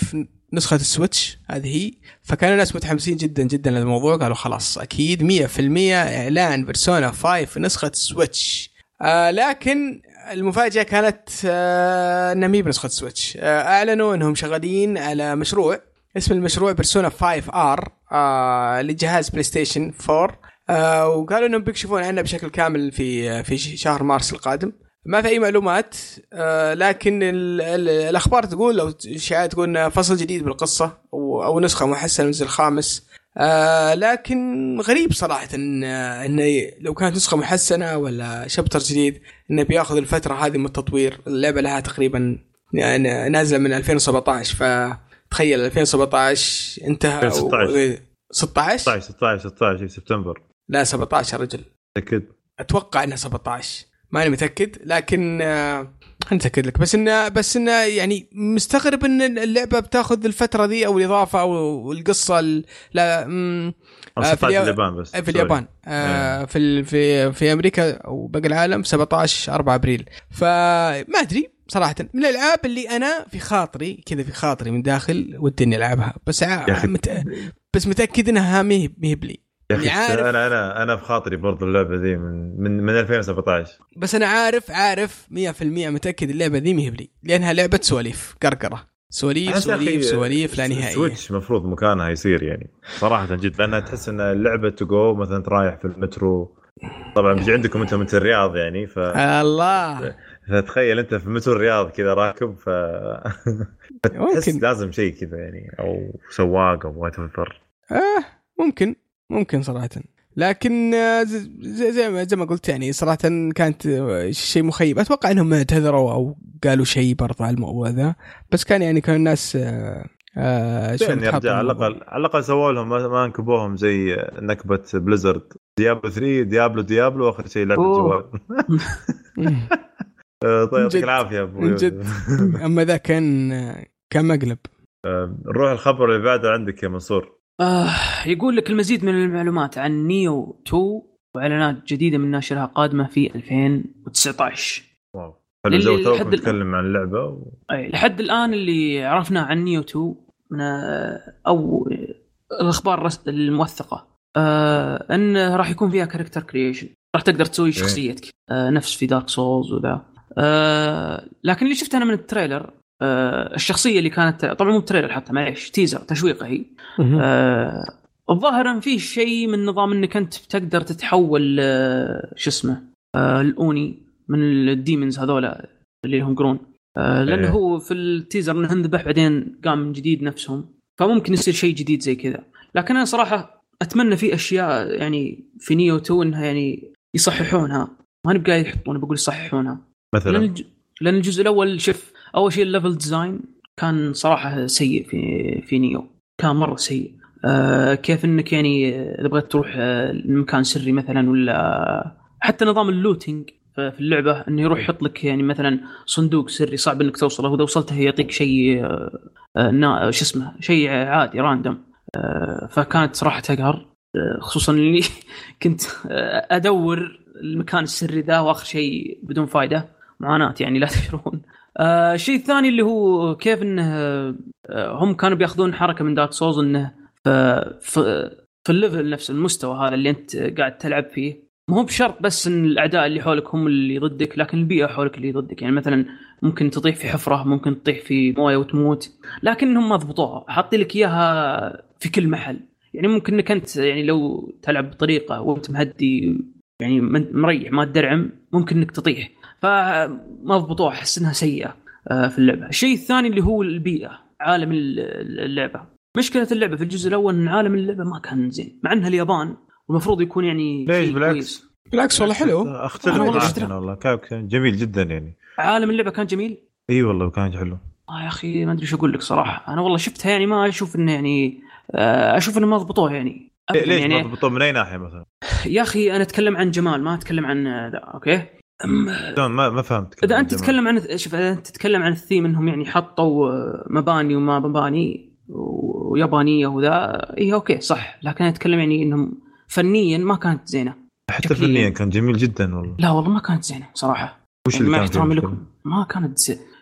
نسخة السويتش هذه هي. فكان الناس متحمسين جدا جدا للموضوع، قالوا خلاص أكيد مية في المية إعلان بيرسونا خمسة نسخة السويتش. آه لكن المفاجأة كانت آه نمي بنسخة السويتش. آه أعلنوا أنهم شغالين على مشروع، اسم المشروع بيرسونا خمسة آر آه لجهاز بلاي ستيشن فور. آه وقالوا أنهم بيكشفون عنه بشكل كامل في في شهر مارس القادم. ما في أي معلومات، آه لكن ال ال الأخبار تقول أو الشائعات تقول فصل جديد بالقصة أو, أو نسخة محسنة منزل خامس. آه لكن غريب صراحة إن إنه لو كانت نسخة محسنة ولا شابتر جديد إنه بياخذ الفترة هذه من التطوير. اللعبة لها تقريبا يعني نازلة من ألفين وسبعة عشر، فتخيل ألفين وسبعة عشر انتهى ستة عشر ستة عشر ستة عشر ستة عشر سبتمبر. لا سبعة عشر رجل، أكيد أتوقع إنها سبعة عشر، ماني متأكد لكن آه هنتأكد لك. بس إنه بس إنه يعني مستغرب إن اللعبة بتاخذ الفترة دي أو الإضافة أو القصة. لا آه في اليابان، بس في اليابان آه في في في أمريكا أو باقي العالم سبعة عشر أربعة أبريل. فما أدري صراحة، من الألعاب اللي أنا في خاطري كذا في خاطري من داخل ودي إني ألعبها، بس مت... بس متأكد إنها ميه ميه بلي. يا أخي أنا أنا أنا بخاطري برضو اللعبة ذي من من من ألفين وسبعة عشر، بس أنا عارف عارف مية في المية متأكد اللعبة ذي ميه بلي، لأنها لعبة سواليف قرقرة، سواليف سواليف سواليف لا نهائية. سويتش مفروض مكانها يصير يعني صراحة جد، لأنها تحس إن اللعبة تجو مثلا رايح في المترو. طبعا بيجي عندكم أنت من الرياض يعني ف الله فتخيل أنت في مترو الرياض كذا راكب ف ممكن لازم شيء كذا يعني، أو سواق أو واتفر. آه ممكن ممكن صراحة، لكن زي زي ما زي ما قلت يعني صراحة كانت شيء مخيب. أتوقع إنهم اعتذروا أو قالوا شيء برضه على الموضوع ذا، بس كان يعني كان الناس آه شو نرجع على الأقل على الأقل سووا لهم ما انكبوهم زي نكبة بليزرد ديابلو ثري ديابلو ديابلو آخر شيء لعبة جوال. طيب يعطيك العافية أبو جد. أما ذا كان كان مقلب. نروح الخبر اللي بعده عندك يا منصور. آه يقول لك المزيد من المعلومات عن نيو تو وإعلانات جديدة من ناشرها قادمة في ألفين وتسعة عشر. واو حلو، زي توك نتكلم عن اللعبة و... أي لحد الآن اللي عرفناه عن نيو تو من أو الأخبار الموثقة آه أن راح يكون فيها كاركتر كرييشن، راح تقدر تسوي شخصيتك آه نفس في دارك سولز وذا. آه لكن اللي شفته أنا من التريلر آه الشخصية اللي كانت طبعا مو تريلر حتى معليش تيزر تشويقه هي آه الظاهر أن فيه شيء من نظام أنك أنت تقدر تتحول آه شو اسمه آه الأوني من الديمونز هذولا اللي هم قرون آه لأنه هو في التيزر أنه هنذبح بعدين قام من جديد نفسهم، فممكن يصير شيء جديد زي كذا. لكن أنا صراحة أتمنى في أشياء يعني في نيو تو إنها يعني يصححونها، ما نبقى يحطون بقول يصححونها مثلا لأن, الج... لأن الجزء الأول شوف أول شيء الليفل ديزاين كان صراحة سيء في في نيو، كان مرة سيء. آه كيف إنك يعني إذا بغيت تروح آه المكان سري مثلا ولا حتى نظام اللوتينج في اللعبة إنه يروح يحط لك يعني مثلا صندوق سري صعب إنك توصله، وإذا وصلته يعطيك شيء آه آه شو اسمه شيء عادي راندوم. آه فكانت صراحة تقهر آه خصوصا اللي كنت آه أدور المكان السري ذا وآخر شيء بدون فايدة معاناة يعني لا تشرون. آه الشيء الثاني اللي هو كيف إنه آه هم كانوا بياخذون حركة من دارك سولز إنه في في الليفل نفس المستوى هذا اللي أنت قاعد تلعب فيه، مو بشرط بس إن الأعداء اللي حولك هم اللي ضدك، لكن البيئة حولك اللي ضدك. يعني مثلا ممكن تطيح في حفرة، ممكن تطيح في موية وتموت، لكنهم ما ضبطوها، حاطين لك إياها في كل محل. يعني ممكن إنك أنت يعني لو تلعب بطريقة وأنت مهدي يعني مريح ما تدرعم ممكن إنك تطيح، فما ضبطوها، أحس إنها سيئة في اللعبة. الشيء الثاني اللي هو البيئة، عالم اللعبة، مشكلة اللعبة في الجزء الأول إن عالم اللعبة ما كان زين، مع أنها اليابان والمفروض يكون يعني ليش بالعكس بالعكس والله حلو. اختلف معك والله كان جميل جدا يعني عالم اللعبة كان جميل. اي والله كان حلو. اه يا اخي ما ادري شو اقول لك صراحة، انا والله شفتها يعني ما اشوف انه يعني اشوف انه ما ضبطوه يعني. ليش يعني ما ضبطوه من اي ناحية مثلا؟ يا اخي انا اتكلم عن جمال ما اتكلم عن ذا. اوكي ما ما فهمت. اذا انت تتكلم عن شوف اذا انت تتكلم عن الثيم انهم يعني حطوا مباني وما مباني ويابانية وذا ايه اوكي صح، لكن انا اتكلم يعني انهم فنيا ما كانت زينة. حتى فنيا كان جميل جدا والله. لا والله ما كانت زينة صراحة. وش يعني اللي ما كان احترام لكم ما كانت زي...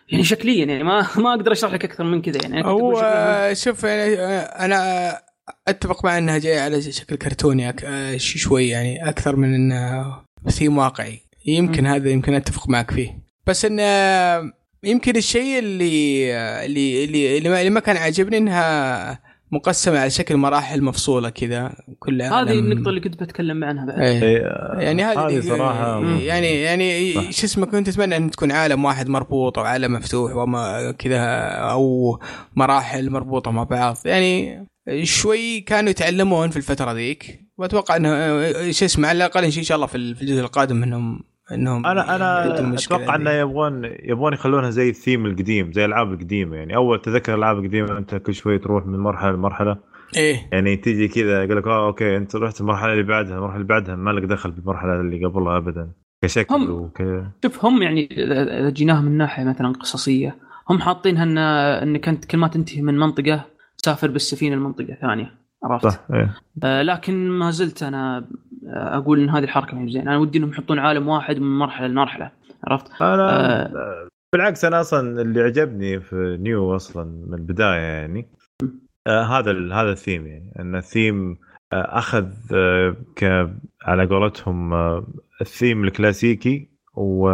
يعني شكليا يعني ما ما اقدر اشرح لك اكثر من كذا يعني. هو شوف يعني انا اتفق مع انها جايه على شكل كرتوني شوي يعني اكثر من انه ثيم واقعي. يمكن م. هذا يمكن اتفق معك فيه، بس ان يمكن الشيء اللي اللي اللي, اللي ما كان عاجبني انها مقسمة على شكل مراحل مفصولة كذا كل عالم. هذه النقطة اللي كنت بتكلم عنها بعد. ايه. يعني هذه صراحة يعني يعني شو اسمه كنت أتمنى أن تكون عالم واحد مربوط أو عالم مفتوح وما كذا أو مراحل مربوطة مع بعض. يعني شوي كانوا يتعلمون في الفترة ذيك، وأتوقع أنه شو اسمه على الأقل إن شاء الله في الجزء القادم منهم انهم انا انا اتوقع انه يبغون يبغون يخلونها زي الثيم القديم زي الالعاب القديمه. يعني اول تذكر الالعاب القديمه انت كل شوي تروح من مرحله لمرحله ايه، يعني تيجي كذا يقول لك اه اوكي انت رحت المرحله اللي بعدها المرحله اللي بعدها ما لك دخل بالمرحله اللي قبلها ابدا كشكل هم وك... شوف هم يعني اذا جيناها من ناحيه مثلا قصصيه هم حاطينها ان ان كنت كل ما تنتهي من منطقه تسافر بالسفينه لمنطقه ثانيه، عرفت؟ صح إيه. آه لكن ما زلت انا اقول ان هذه الحركه مش زين. انا ودي انهم يحطون عالم واحد من مرحله لمرحله، عرفت؟ انا آه بالعكس انا اصلا اللي عجبني في نيو اصلا من البدايه يعني آه هذا هذا الثيم، يعني ان الثيم آه اخذ آه ك على قولتهم آه الثيم الكلاسيكي و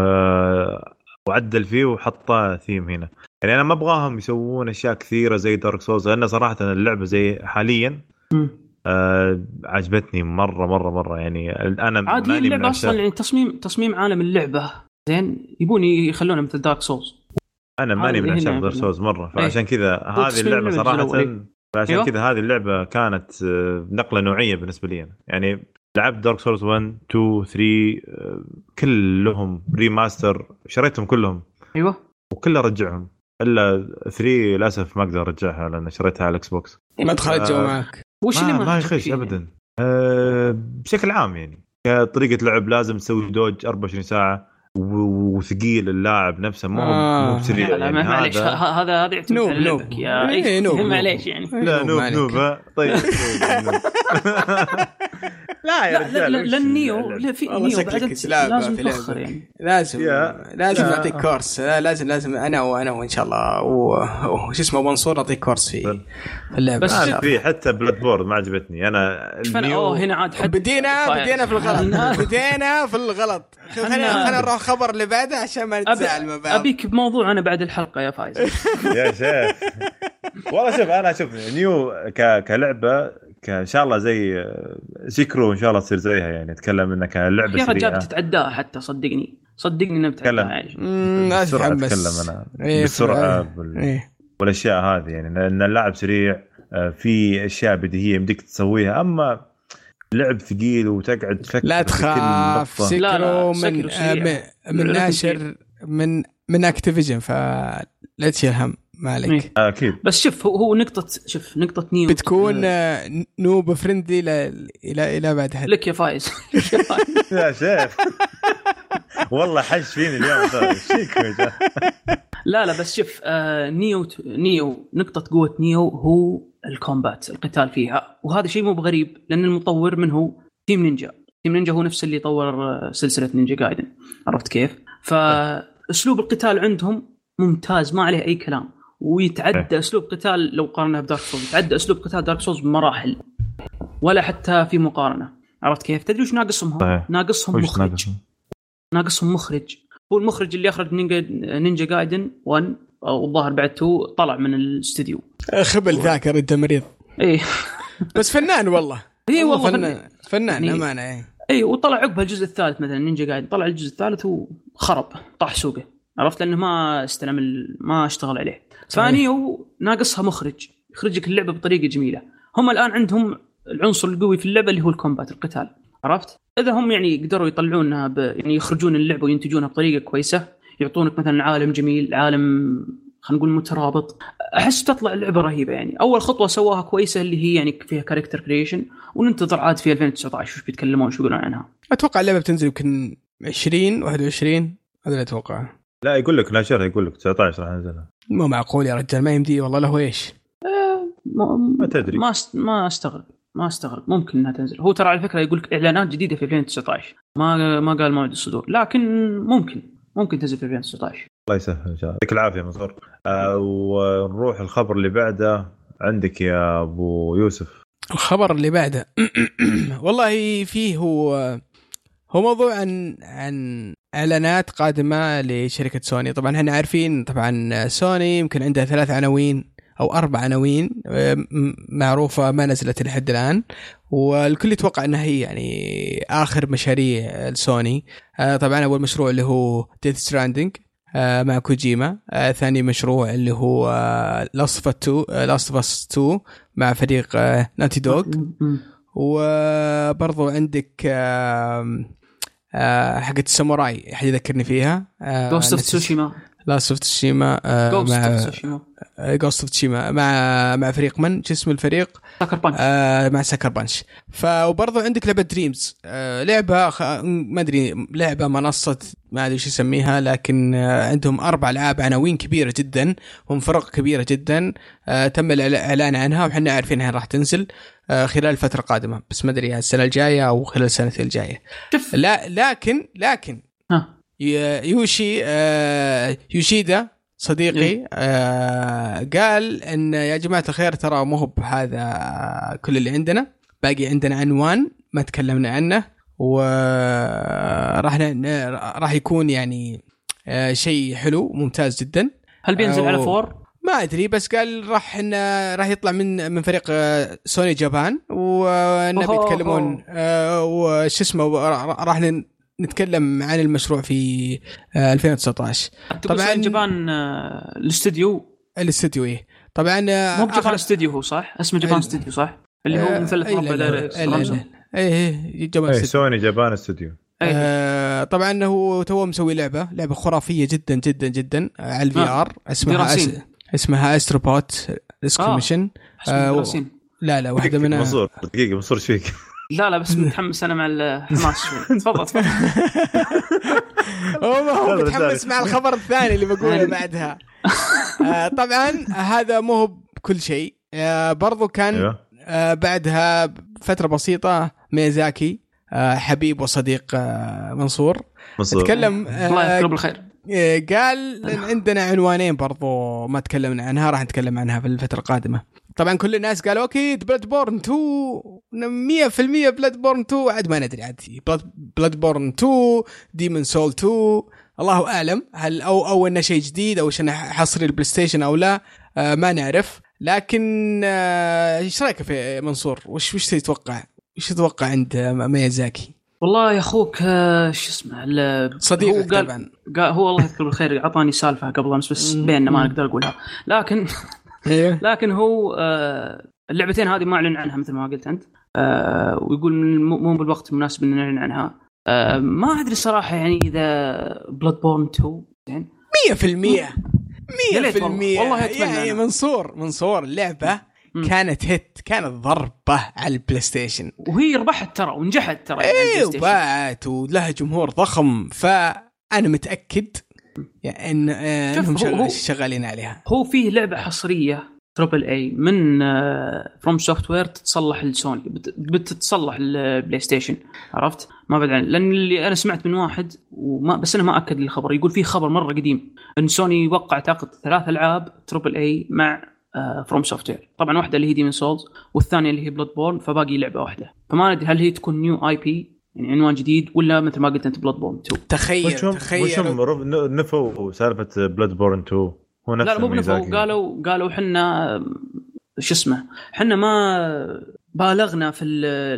وعدل فيه وحطه ثيم هنا. يعني انا ما ابغاهم يسوون اشياء كثيره زي دارك سولز، لان صراحه اللعبه زي حاليا آه عجبتني مره مره مره. يعني انا عادي اللعبه اصلا يعني تصميم تصميم عالم اللعبه زين، يبون يخلونه مثل دارك سولز. انا ماني من عشاق دارك سولز مره، فعشان كذا هذه اللعبه صراحه فعشان أيوه؟ كذا هذه اللعبه كانت نقله نوعيه بالنسبه لي. يعني لعبت دارك سولز واحد اثنين ثلاثة كلهم ريماستر، شريتهم كلهم ايوه وكله رجعهم الا ثلاثة للاسف ما اقدر ارجعها لان شريتها على الاكس بوكس. ما دخلت جو معك وش اللي ما, ما يخش ابدا أه بشكل عام. يعني كطريقه لعب لازم تسوي دوج أربعة وعشرين ساعه وثقيل اللاعب نفسه مو آه مو بسريع. لا لا يعني معليش هذا هذا هذا يعتمد على لعبك يا ايه نوب معليش يعني لا نوب نوب طيب لا يا رجال لا النيو لا في نيو بعد لازم تفخر يعني لازم لازم نعطيك كورس لازم لازم انا وانا وان شاء الله وش اسمه منصور نعطيك كورس في اللعبه. بس في حتى بلاد بورد ما عجبتني انا النيو هنا عاد حد بدينا بدينا في الغلط بدينا في الغلط خلينا خلينا نروح خبر اللي بعده عشان ما نتزعل مع بعض. ابيك بموضوع انا بعد الحلقه يا فايز. يا شيخ والله شوف انا شوف نيو ك كلعبه ان شاء الله زي سيكرو ان شاء الله تصير زيها. يعني اتكلم انك لعبه سريعه يا رجال بتتعداها حتى صدقني صدقني انها بتتعداها. بسرعه اتكلم انا إيه بالسرعه بال... إيه. والاشياء هذه يعني ان اللاعب سريع في اشياء بديهيه يمديك تسويها. اما لعب ثقيل وتقعد تفكر لا تخاف سيكرو من من ناشر من من اكتيفيجن فلا تشيل هم مالك اكيد. بس شوف هو هو نقطه شوف نقطه نيو بتكون آه نوب فريندلي الى الى الى بعد هل. لك يا فايز يا شيخ والله حش فيني اليوم ترى شيك. لا لا بس شوف آه نيو نيو نقطه قوه نيو هو الكومبات القتال فيها، وهذا شيء مو بغريب لان المطور منه هو تيم نينجا. تيم نينجا هو نفس اللي طور سلسله نينجا جايدن، عرفت كيف؟ فاسلوب القتال عندهم ممتاز ما عليه اي كلام، ويتعدى اسلوب قتال لو قارنها بدارك سولز يتعدى اسلوب قتال دارك سولز بمراحل ولا حتى في مقارنه، عرفت كيف؟ تدري وش ناقصهم؟ هم ناقصهم مخرج ناقصهم. ناقصهم مخرج. هو المخرج اللي اخرج نينجا نينجا جايدن واحد والظاهر بعد اثنين طلع من الاستديو خبل ذاك رد مريض ايه بس فنان والله اي والله فنان فنان يعني امانه ايه اي وطلع عقبها الجزء الثالث مثلا نينجا جايدن طلع الجزء الثالث وخرب طاح سوقه، عرفت؟ لانه ما استلم ما اشتغل عليه. ثاني هو ناقصها مخرج يخرج لك اللعبه بطريقه جميله. هم الان عندهم العنصر القوي في اللعبه اللي هو الكومبات القتال، عرفت؟ اذا هم يعني يقدروا يطلعونها ب... يعني يخرجون اللعبه وينتجونها بطريقه كويسه، يعطونك مثلا عالم جميل عالم خلينا نقول مترابط، احس تطلع اللعبه رهيبه. يعني اول خطوه سواها كويسه اللي هي يعني فيها كاركتر كرييشن، وننتظر عاد في ألفين وتسعة عشر وش بيتكلمون شو يقولون عنها. اتوقع اللعبه بتنزل يمكن عشرين واحد وعشرين هذا اللي اتوقع. لا يقول لك لا شهر يقول لك تسعة عشر راح ينزلها. مو معقول يا رجال ما يمدي والله له ايش أه ما, ما تدري ما است... ما استغرب ما استغرب ممكن انها تنزل. هو ترى على فكره يقول لك اعلانات جديده في ألفين وتسعة عشر ما ما قال موعد الصدور، لكن ممكن ممكن تنزل في ألفين وتسعة عشر. الله يسهل ان شاء الله. يعطيك العافيه منصور. أه ونروح الخبر اللي بعده عندك يا ابو يوسف. الخبر اللي بعده والله فيه هو هو موضوع عن عن اعلانات قادمه لشركه سوني. طبعا احنا عارفين طبعا سوني يمكن عندها ثلاث عناوين او اربع عناوين معروفه ما نزلت لحد الان، والكل يتوقع انها هي يعني اخر مشاريع سوني. طبعا اول مشروع اللي هو ديث ستراندينج مع كوجيما، ثاني مشروع اللي هو لاست اوف اس تو مع فريق ناتي دوغ، وبرضو عندك حقة الساموراي حد يذكرني فيها جوست اوف تسوشيما لاست اوف تسوشيما مع جوست اوف تسوشيما مع مع فريق من شو اسم الفريق ساكر بانش آه مع ساكر بانش. فوبرضه عندك لعبة دريمز، آه لعبة خ... ما أدري لعبة منصة ما أدري شو يسميها، لكن آه عندهم أربع ألعاب عناوين كبيرة جدا وهم فرق كبيرة جدا. آه تم الإعلان عنها وحنا عارفين أنها راح تنزل آه خلال الفترة القادمة، بس ما أدري السنة الجاية أو خلال السنة الجاية. لا لكن لكن ها. يوشي آه يوشيدا صديقي آه قال ان يا جماعه الخير ترى مو هو هذا كل اللي عندنا، باقي عندنا عنوان ما تكلمنا عنه وراح راح يكون يعني آه شيء حلو ممتاز جدا. هل بينزل آه على فور؟ ما ادري، بس قال راح انه راح يطلع من من فريق سوني جابان والنبي يتكلمون آه وش اسمه راح نتكلم عن المشروع في ألفين وتسعة عشر. طبعا جبان الاستوديو الاستوديو ايه طبعا مو جبان استوديو هو صح اسمه جبان استوديو صح اللي هو مثلث مربع دايركس ايه ايه جبان ايه سوني جبان استوديو. آه طبعا هو تو مسوي لعبه لعبه خرافيه جدا جدا جدا على الفي ار اسمها أس... اسمها استروبوت ريسكيو ميشن. لا لا واحده منها منصور دقيقه منصور ايش فيك؟ لا لا بس متحمس أنا مع الحماس شوي. تفضل تفضل. هو متحمس مع الخبر الثاني اللي بقوله بعدها. آه طبعا هذا مو بكل شيء آه برضو كان آه بعدها فترة بسيطة ميازاكي آه حبيب وصديق آه منصور تكلم آه الله يذكره بالخير. قال عندنا عنوانين برضو ما تكلمنا عنها راح نتكلم عنها في الفترة القادمة. طبعا كل الناس قالوا أكيد بلاد بورن تو مية في المية بلاد بورن تو عاد ما ندري عاد بلاد بورن تو ديمون سول تو الله أعلم هل أو أو إنه شيء جديد أو إنه حصري البلاي ستيشن أو لا آه ما نعرف. لكن آه إيش رأيك في منصور؟ وش وش تتوقع وش تتوقع عند ميازاكي؟ والله يا أخوك آه شو اسمه صديقك قال طبعا قال هو الله يذكره بالخير عطاني سالفة قبل أمس بس بيننا ما نقدر أقولها لكن لكن هو آه اللعبتين هذه ما أعلن عنها مثل ما قلت أنت آه ويقول مو بالوقت المناسب إن نعلن عنها. آه ما أدري صراحة يعني إذا بلاد بورن تو يعني مية في المية مية في المية والله يعني منصور منصور اللعبة م. كانت هيت كانت ضربة على البلاي ستيشن وهي ربحت ترى ونجحت ترى ايه وباعت ولها جمهور ضخم. فأنا متأكد يعني إن إنهم شغال شغالين عليها. هو فيه لعبة حصرية تريبل اي من فروم سوفت وير تتصلح لسوني بتتصلح البلاي ستيشن عرفت ما بعد عن لأن اللي أنا سمعت من واحد وما بس أنا ما أكد لي الخبر يقول فيه خبر مرة قديم إن سوني وقع تعاقد ثلاث ألعاب تريبل اي مع فروم سوفت وير. طبعا واحدة اللي هي ديمون سولز والثانية اللي هي بلاد بورن فباقي لعبة واحدة فما ندري هل هي تكون نيو آي بي يعني عنوان جديد ولا مثل ما قلت أنت بلاد بورن تو. تخيل تخيل وشم نفوا سالفة بلاد بورن تو هو نفس لا مو بنفوا قالوا قالوا حنا شو اسمه حنا ما بالغنا في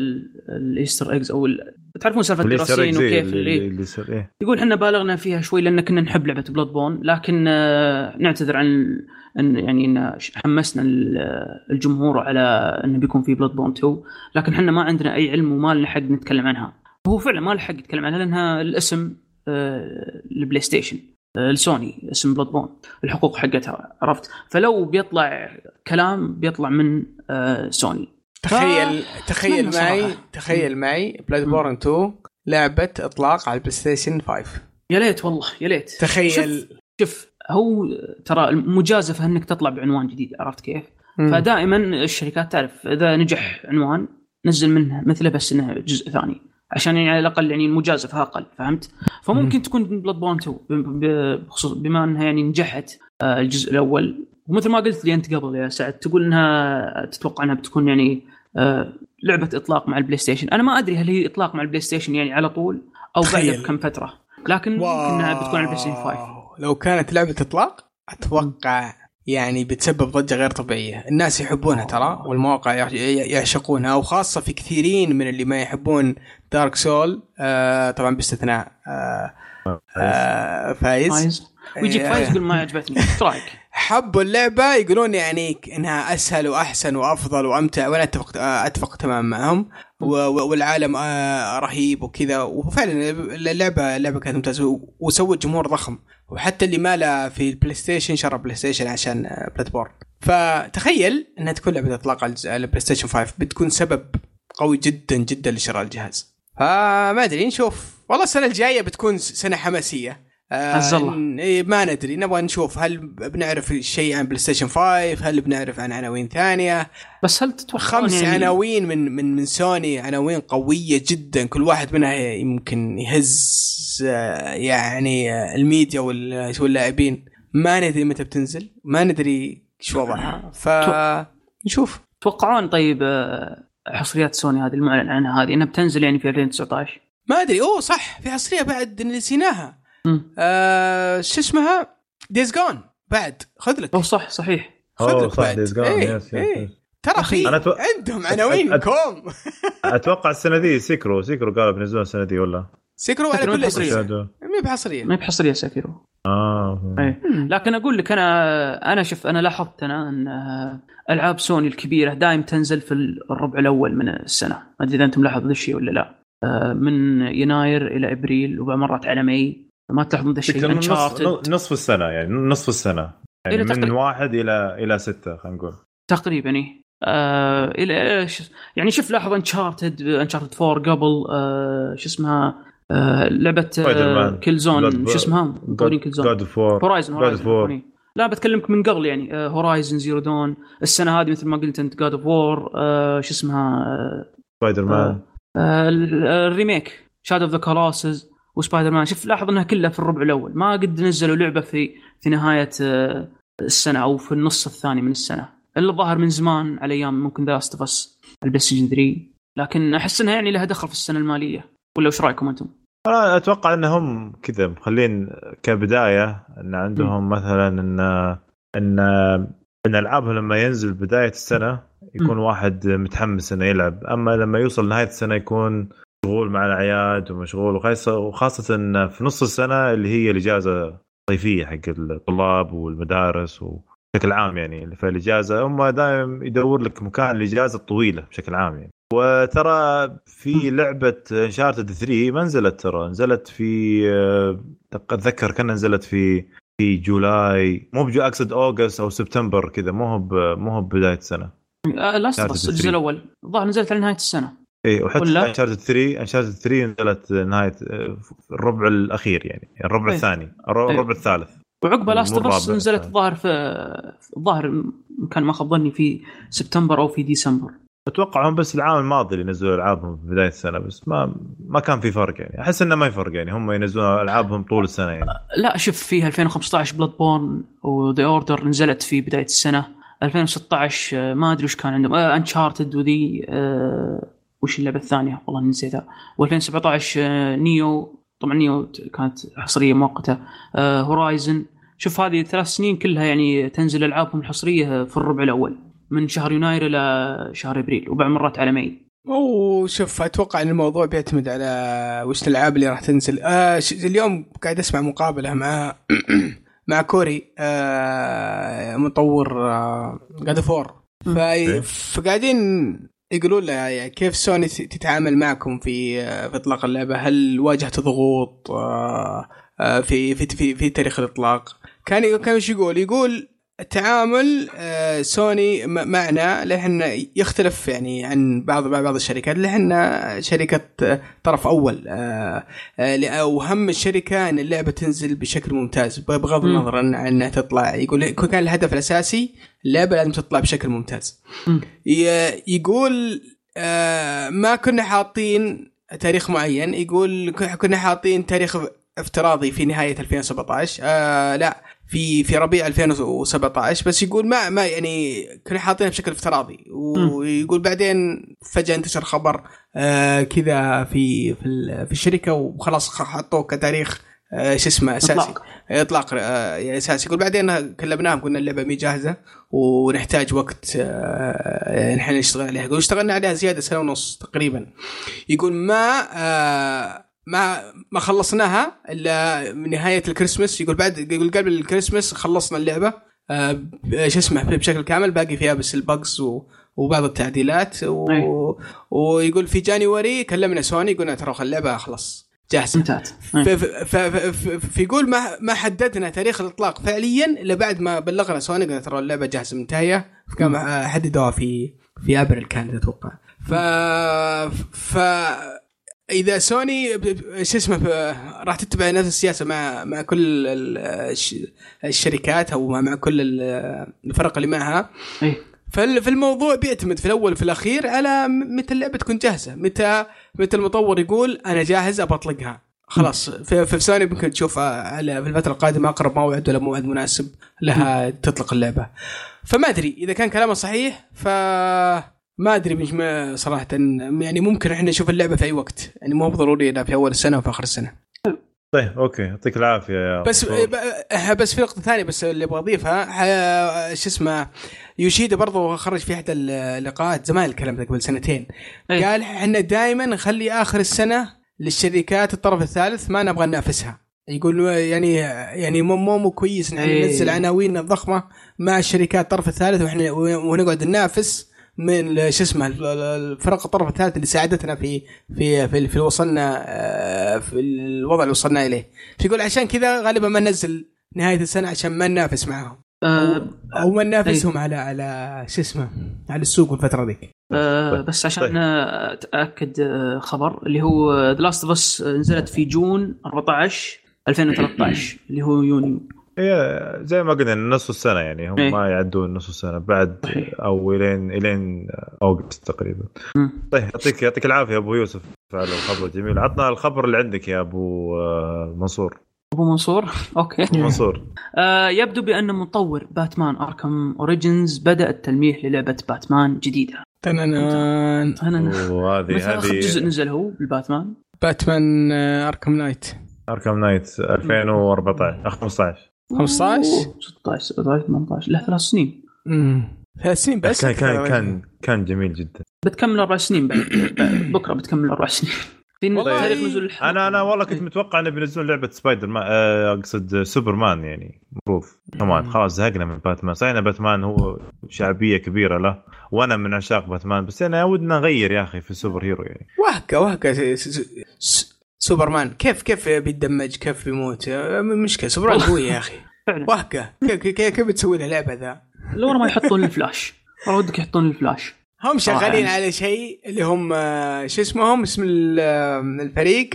الايستر ايجز او تعرفون سالفة الدراسين وكيف اللي إيه؟ يقول حنا بالغنا فيها شوي لأن كنا نحب لعبة بلاد بورن لكن نعتذر عن ان يعني ان حمسنا الجمهور على انه بيكون في بلاد بورن تو لكن حنا ما عندنا اي علم وما لنا حق نتكلم عنها. هو فعلا ما له حق يتكلم عنها لانها الاسم البلاي ستيشن السوني اسم بلاد بورن الحقوق حقتها عرفت. فلو بيطلع كلام بيطلع من سوني. تخيل ف... تخيل معي صراحة. تخيل معي بلاد بورن تو لعبة اطلاق على البلاي ستيشن خمسة. يا ليت والله يا ليت. تخيل شوف, شوف هو ترى المجازفة انك تطلع بعنوان جديد عرفت كيف. م. فدائما الشركات تعرف اذا نجح عنوان نزل منه مثله بس انه جزء ثاني عشان يعني على الاقل يعني المجازفه اقل، فهمت؟ فممكن تكون بلاد بورن تو بخصوص بما انها يعني نجحت الجزء الاول، ومثل ما قلت لي انت قبل يا سعد تقول انها تتوقع انها بتكون يعني لعبه اطلاق مع البلاي ستيشن. انا ما ادري هل هي اطلاق مع البلاي ستيشن يعني على طول او بعد بكم فتره، لكن ممكن انها بتكون على البلاي ستيشن خمسة. لو كانت لعبه اطلاق اتوقع يعني بتسبب ضجه غير طبيعيه، الناس يحبونها ترى، والمواقع يعشقونها، وخاصه في كثيرين من اللي ما يحبون دارك سول آه طبعا باستثناء آه آه فايز, فايز. ويجيك فايز يقول ما عجبتني ترايك حبوا اللعبة، يقولون يعني إنها أسهل وأحسن وأفضل وأمتع، وأنا أتفق أتفق تمام معهم، والعالم رهيب وكذا، وفعلا اللعبة اللعبة كانت ممتازة وسوت جمهور ضخم، وحتى اللي ماله في البلاي ستيشن شرى بلاي ستيشن عشان بلاتبورن. فتخيل إنها تكون لعبة إطلاق على البلاي ستيشن خمسة بتكون سبب قوي جدا جدا لشراء الجهاز. فما أدري، نشوف والله السنة الجاية بتكون سنة حماسية. آه ما ندري، نبغى نشوف هل بنعرف شيء عن بلاي ستيشن خمسة، هل بنعرف عن عناوين ثانية. بس هل تتوقع خمس يعني عناوين من من من سوني، عناوين قوية جدا، كل واحد منها يمكن يهز يعني الميديا واللاعبين. ما ندري متى بتنزل، ما ندري شو وضعها، فنشوف. توقعون طيب حصريات سوني هذه المعلن عنها هذه انها بتنزل يعني في ألفين وتسعة عشر؟ ما ادري. اوه صح، في حصرية بعد نسيناها. آه شو اسمها ديز جون بعد، خذ لك. أو صح صحيح خذ لك بعد ديز جون. ايه ايه. ترى اخي أتو... عندهم عناوين أت... كوم. اتوقع السنه دي سيكرو سيكرو قالوا بنزلون السنه دي ولا سيكرو على كل شيء. ما بحصريه ما بحصريه سيكرو. اه ايه. لكن اقول لك انا انا شوف انا لاحظت انا ان العاب سوني الكبيره دائم تنزل في الربع الاول من السنه. ما ادري اذا انتم لاحظوا الشيء ولا لا. من يناير الى ابريل وبعض مرات على ماي، ما تلاحظون هذا الشيء. نصف, نصف السنة يعني نصف السنة يعني من تقريب. واحد إلى إلى ستة خلينا نقول تقريبا يعني آه إلى يعني شوف لاحظ انشارتد انشارتد فور قبل آه شو اسمها آه لعبة آه كيل زون شو اسمها قولين كيل زون هورايزن هورايزن لا بتكلمك من قبل يعني آه هورايزن زيرو دون. السنة هذه مثل ما قلت أنت جاد اوف وور آه شو اسمها سبايدر مان آه الريميك شادو اوف ذا كولوسز وسبايدر مان. شوف لاحظ انها كلها في الربع الاول، ما قد نزلوا لعبه في في نهايه السنه او في النص الثاني من السنه، الا ظهر من زمان على ايام ممكن ذا لاست اوف اس البلاي ستيشن ثلاثة. لكن احس انها يعني لها دخل في السنه الماليه، ولا وش رايكم انتم؟ انا اتوقع انهم كذا مخلين كبدايه ان عندهم م. مثلا ان ان ان العابهم لما ينزل بدايه السنه يكون م. واحد متحمس انه يلعب، اما لما يوصل نهايه السنه يكون مشغول مع الأعياد ومشغول، وخاصة في نص السنة اللي هي الإجازة الصيفية حق الطلاب والمدارس وبشكل عام يعني. في الإجازة هم دائما يدور لك مكان الإجازة الطويلة بشكل عام يعني. وترى في لعبة انشارتد ثلاثة ما نزلت، ترى نزلت في أتذكر كان نزلت في في جولاي، مو بجو أقصد أوغست أو سبتمبر كذا، مو هو مو هو بداية السنة. لا بس الجزء الأول الظاهر نزلت على نهاية السنة. ايه وحتى انشارتد ثلاثة انشارتد ثلاثة نزلت نهايه الربع الاخير يعني الربع أيه. الثاني الربع أيه. الثالث، وعقب لاست اوف اس نزلت الظاهر في الظاهر كان ما خاب ظني في سبتمبر او في ديسمبر اتوقع. هم بس العام الماضي اللي نزلوا العابهم في بدايه السنه، بس ما ما كان في فرق يعني. احس انه ما يفرق يعني، هم ينزلون العابهم طول السنه يعني. لا شوف فيها ألفين وخمسة عشر بلاد بورن وذا اوردر نزلت في بدايه السنه. ألفين وستة عشر ما ادري وش كان عندهم انشارتد وذي أه وش اللعبة الثانية والله نسيتها. و2017 نيو طبعا نيو كانت حصرية مؤقتة. هورايزن شوف هذه ثلاث سنين كلها يعني تنزل ألعابهم الحصرية في الربع الأول من شهر يناير إلى شهر إبريل، وبعض مرات على ماي. أوه شوف أتوقع أن الموضوع بيعتمد على وش الألعاب اللي راح تنزل. آه اليوم قاعد أسمع مقابلة مع مع كوري آه مطور آه God of War، فقاعدين يقولوا له يعني كيف سوني تتعامل معكم في في اطلاق اللعبه، هل واجهت ضغوط في في في, في تاريخ الاطلاق؟ كان كان ايش يقول يقول التعامل سوني معنا لحنا يختلف يعني عن بعض بعض الشركات، لحنا شركه طرف اول، واهم الشركه ان اللعبه تنزل بشكل ممتاز بغض النظر عن انها تطلع. يقول كان الهدف الاساسي اللعبه لازم تطلع بشكل ممتاز. يقول ما كنا حاطين تاريخ معين، يقول كنا حاطين تاريخ افتراضي في نهاية ألفين وسبعة عشر آه لا في في ربيع ألفين وسبعة عشر، بس يقول ما ما يعني كنا حاطينه بشكل افتراضي، ويقول بعدين فجأة انتشر خبر آه كذا في في, في الشركة وخلاص حطوه كتاريخ آه شو اسمه اساسي اطلاق, إطلاق آه يعني اساسي. يقول بعدين كلمناهم قلنا اللعبة مي جاهزة ونحتاج وقت آه نحن نشتغل عليها. يقول اشتغلنا عليها زيادة سنة ونص تقريبا. يقول ما آه ما ما خلصناها الا من نهايه الكريسماس. يقول بعد يقول قبل الكريسماس خلصنا اللعبه آه شو اسمه بشكل كامل، باقي فيها بس البجز وبعض التعديلات و... ويقول في جانيوري كلمنا سوني قلنا ترى اللعبه خلاص جاهزه. فيقول ما ما حددنا تاريخ الاطلاق فعليا الا بعد ما بلغنا سوني قلنا ترى اللعبه جاهزه منتهيه، فكان حددوها في في ابريل كان اتوقع. ف ف إذا سوني شو اسمه راح تتبع نفس السياسة مع مع كل الشركات أو مع كل الفرق اللي معها، فالموضوع بيعتمد في الأول وفي الأخير على متى اللعبة تكون جاهزة، متى متى المطور يقول أنا جاهز أبطلقها خلاص. في, في سوني ممكن تشوف على في الفترة القادمة أقرب موعد ولا موعد مناسب لها تطلق اللعبة. فما أدري إذا كان كلامه صحيح، ف ما أدري مش ما صراحة يعني ممكن إحنا نشوف اللعبة في أي وقت، يعني مو ضروري لا في أول السنة وفي آخر السنة. طيب أوكي يعطيك العافية يا بس ب... بس في نقطة ثانية بس اللي أبغى أضيفها ح... شو اسمه يوشيدا برضو خرج في إحدى اللقاءات زمان الكلام ده قبل سنتين أي. قال إحنا دائما نخلي آخر السنة للشركات الطرف الثالث ما نبغى ننافسها. يقول يعني يعني مو مو كويس ننزل عناوين الضخمة مع الشركات الطرف الثالث وإحنا ونقعد ننافس من شو اسمه الفرق الطرف الثالث اللي ساعدتنا في في في, في وصلنا في الوضع اللي وصلنا إليه. فيقول عشان كذا غالبا ما ننزل نهاية السنة عشان ما ننافس معهم أه أو ما ننافسهم على على شو اسمه على السوق الفترة ذيك. أه بس عشان أتأكد خبر اللي هو The Last of Us نزلت في جون أربعة عشر ألفين وثلاثة عشر اللي هو يونيو. هي زي ما قلنا نص السنة يعني هم ايه. ما يعدون نص السنة بعد صحيح. أو إلين إلين أوغست تقريبا. م. طيب يعطيك يعطيك العافية أبو يوسف على الخبر الجميل. عطنا الخبر اللي عندك يا أبو منصور. أبو منصور أوكي. منصور آه يبدو بأن مطور باتمان أركام أوريجينز بدأ التلميح للعبة باتمان جديدة. تنان وهذه هذه جزء نزل هو بالباتمان باتمان أركام نايت أركام نايت ألفين وأربعة عشر خمسة عشر خمسة عشر ستة عشر سبعة عشر ثمانية عشر له ثلاث سنين. امم ثلاث سنين بس كان كان كان, كان جميل جدا. بتكمل أربع سنين بعد بكره بتكمل أربع سنين في تاريخ نزول الحلقة. انا انا والله كنت متوقع انه بينزلون لعبه سبايدر مان اقصد سوبرمان يعني مفروض كمان خلاص زهقنا من باتمان. صحيح باتمان هو شعبيه كبيره له وانا من عشاق باتمان بس انا ودنا نغير يا اخي في السوبر هيرو يعني وهكا وهكا سوبرمان كيف كيف بيتدمج كيف بيموت مشكله سوبرمان قوي يا اخي وهكا كيف كيف بتسوي له لعبه ذا لو ما يحطون الفلاش والله ودك يحطون الفلاش. هم شغالين على شيء اللي هم شو اسمهم اسم الفريق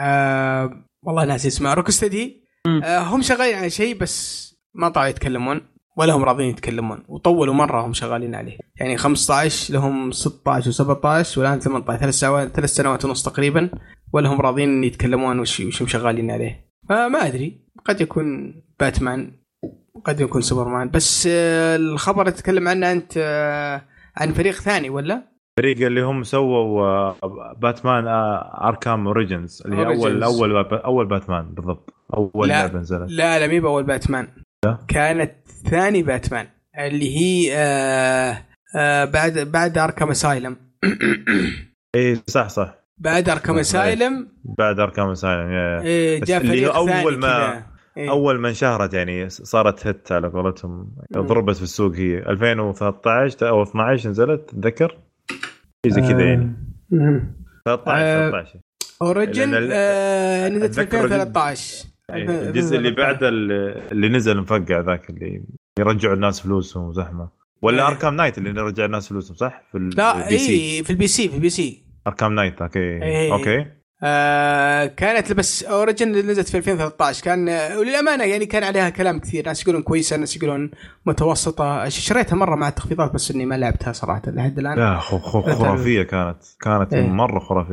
آه والله ناسي اسمه روكستدي آه هم شغالين على شيء بس ما طلعوا يتكلمون ولا هم راضين يتكلمون وطولوا مرة هم شغالين عليه يعني خمسة عشر لهم ستة عشر وسبعة عشر والآن ثمانية عشر ثلاث سنوات ثلاث سنوات ونص تقريبا ولا هم راضين يتكلمون وش وش هم شغالين عليه. فما أدري قد يكون باتمان قد يكون سوبرمان بس آه الخبر تتكلم عنه أنت آه عن فريق ثاني ولا فريق اللي هم سووا باتمان أركام أوريجينز اللي هي أول أول أول باتمان بالضبط أول لعبة نزلت. لا لا مي بأول باتمان لا. كانت ثاني باتمان اللي هي آه آه بعد بعد أركام أسايلم. إيه صح صح بعد أركام أسايلم بعد أركام أسايلم إيه جاء فريق أول ما إيه. أول ما انشهرت يعني صارت هت على قولتهم ضربت في السوق هي ألفين وثلاثة عشر أو اثنا عشر نزلت ذكر زي كذا يعني ثلاثة عشر ثلاثة عشر أوريجين آه نزلت في ألفين وثلاثة عشر الجزء اللي بعد اللي نزل مفقع ذاك اللي يرجعوا الناس فلوسهم وزحمة ولا إيه. أركام نايت اللي نرجع الناس فلوسهم صح في لا إيه في البي سي في البي سي أركام نايت أوكي إيه. أوكي آه كانت بس أوريجين اللي نزلت في ألفين وثلاثة عشر كان وللأمانة يعني كان عليها كلام كثير ناس يقولون كويسة ناس يقولون متوسطة شريتها مرة مع التخفيضات بس إني ما لعبتها صراحة لحد الآن. لا خرافية كانت كانت إيه. مرة خرافية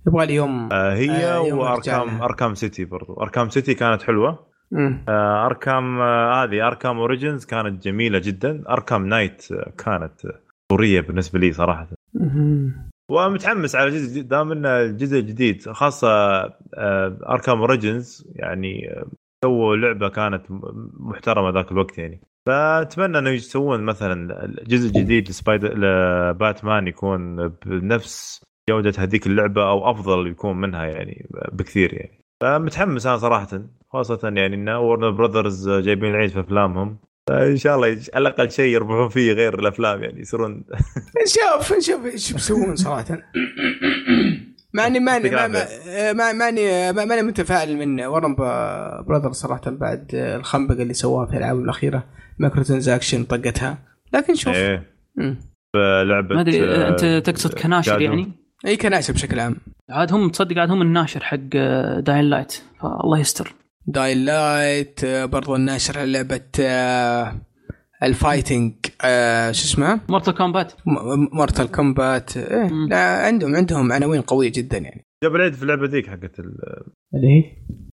يبغى لي يوم آه هي آه يوم واركام اركام سيتي برضو. اركام سيتي كانت حلوه. آه اركام هذه آه اركام اوريجينز كانت جميله جدا. اركام نايت كانت اسطوريه بالنسبه لي صراحه. ومتحمس على جزء دام انه الجزء الجديد خاصه آه اركام اوريجينز يعني سووا لعبه كانت محترمه ذاك الوقت يعني. فاتمنى انه يسوون مثلا الجزء الجديد لسبايدر لباتمان يكون بنفس جوده هذيك اللعبه او افضل يكون منها يعني بكثير يعني. فمتحمس انا صراحه خاصه يعني ان ورنر براذرز جايبين العيد في افلامهم. ان شاء الله على الاقل شيء يربحون فيه غير الافلام يعني يصيرون نشوف نشوف ايش بيسوون صراحه. ماني ماني ماني ماني ماني متفائل من ورن براذر صراحه بعد الخنبقه اللي سواها في الالعاب الاخيره مايكرو ترانزاكشن طقتها. لكن شوف ايه لعبه ما ادري انت تقصد كناشر يعني اي كناشر بشكل عام. عاد هم تصدق عاد هم الناشر حق داين لايت فالله يستر. داين لايت برضو الناشر لعبه الفايتنج آه شو اسمه مورتال كومبات مورتال كومبات إيه. لا عندهم عندهم عناوين قويه جدا يعني. جاب العيد في اللعبه ذيك حقت اللي هي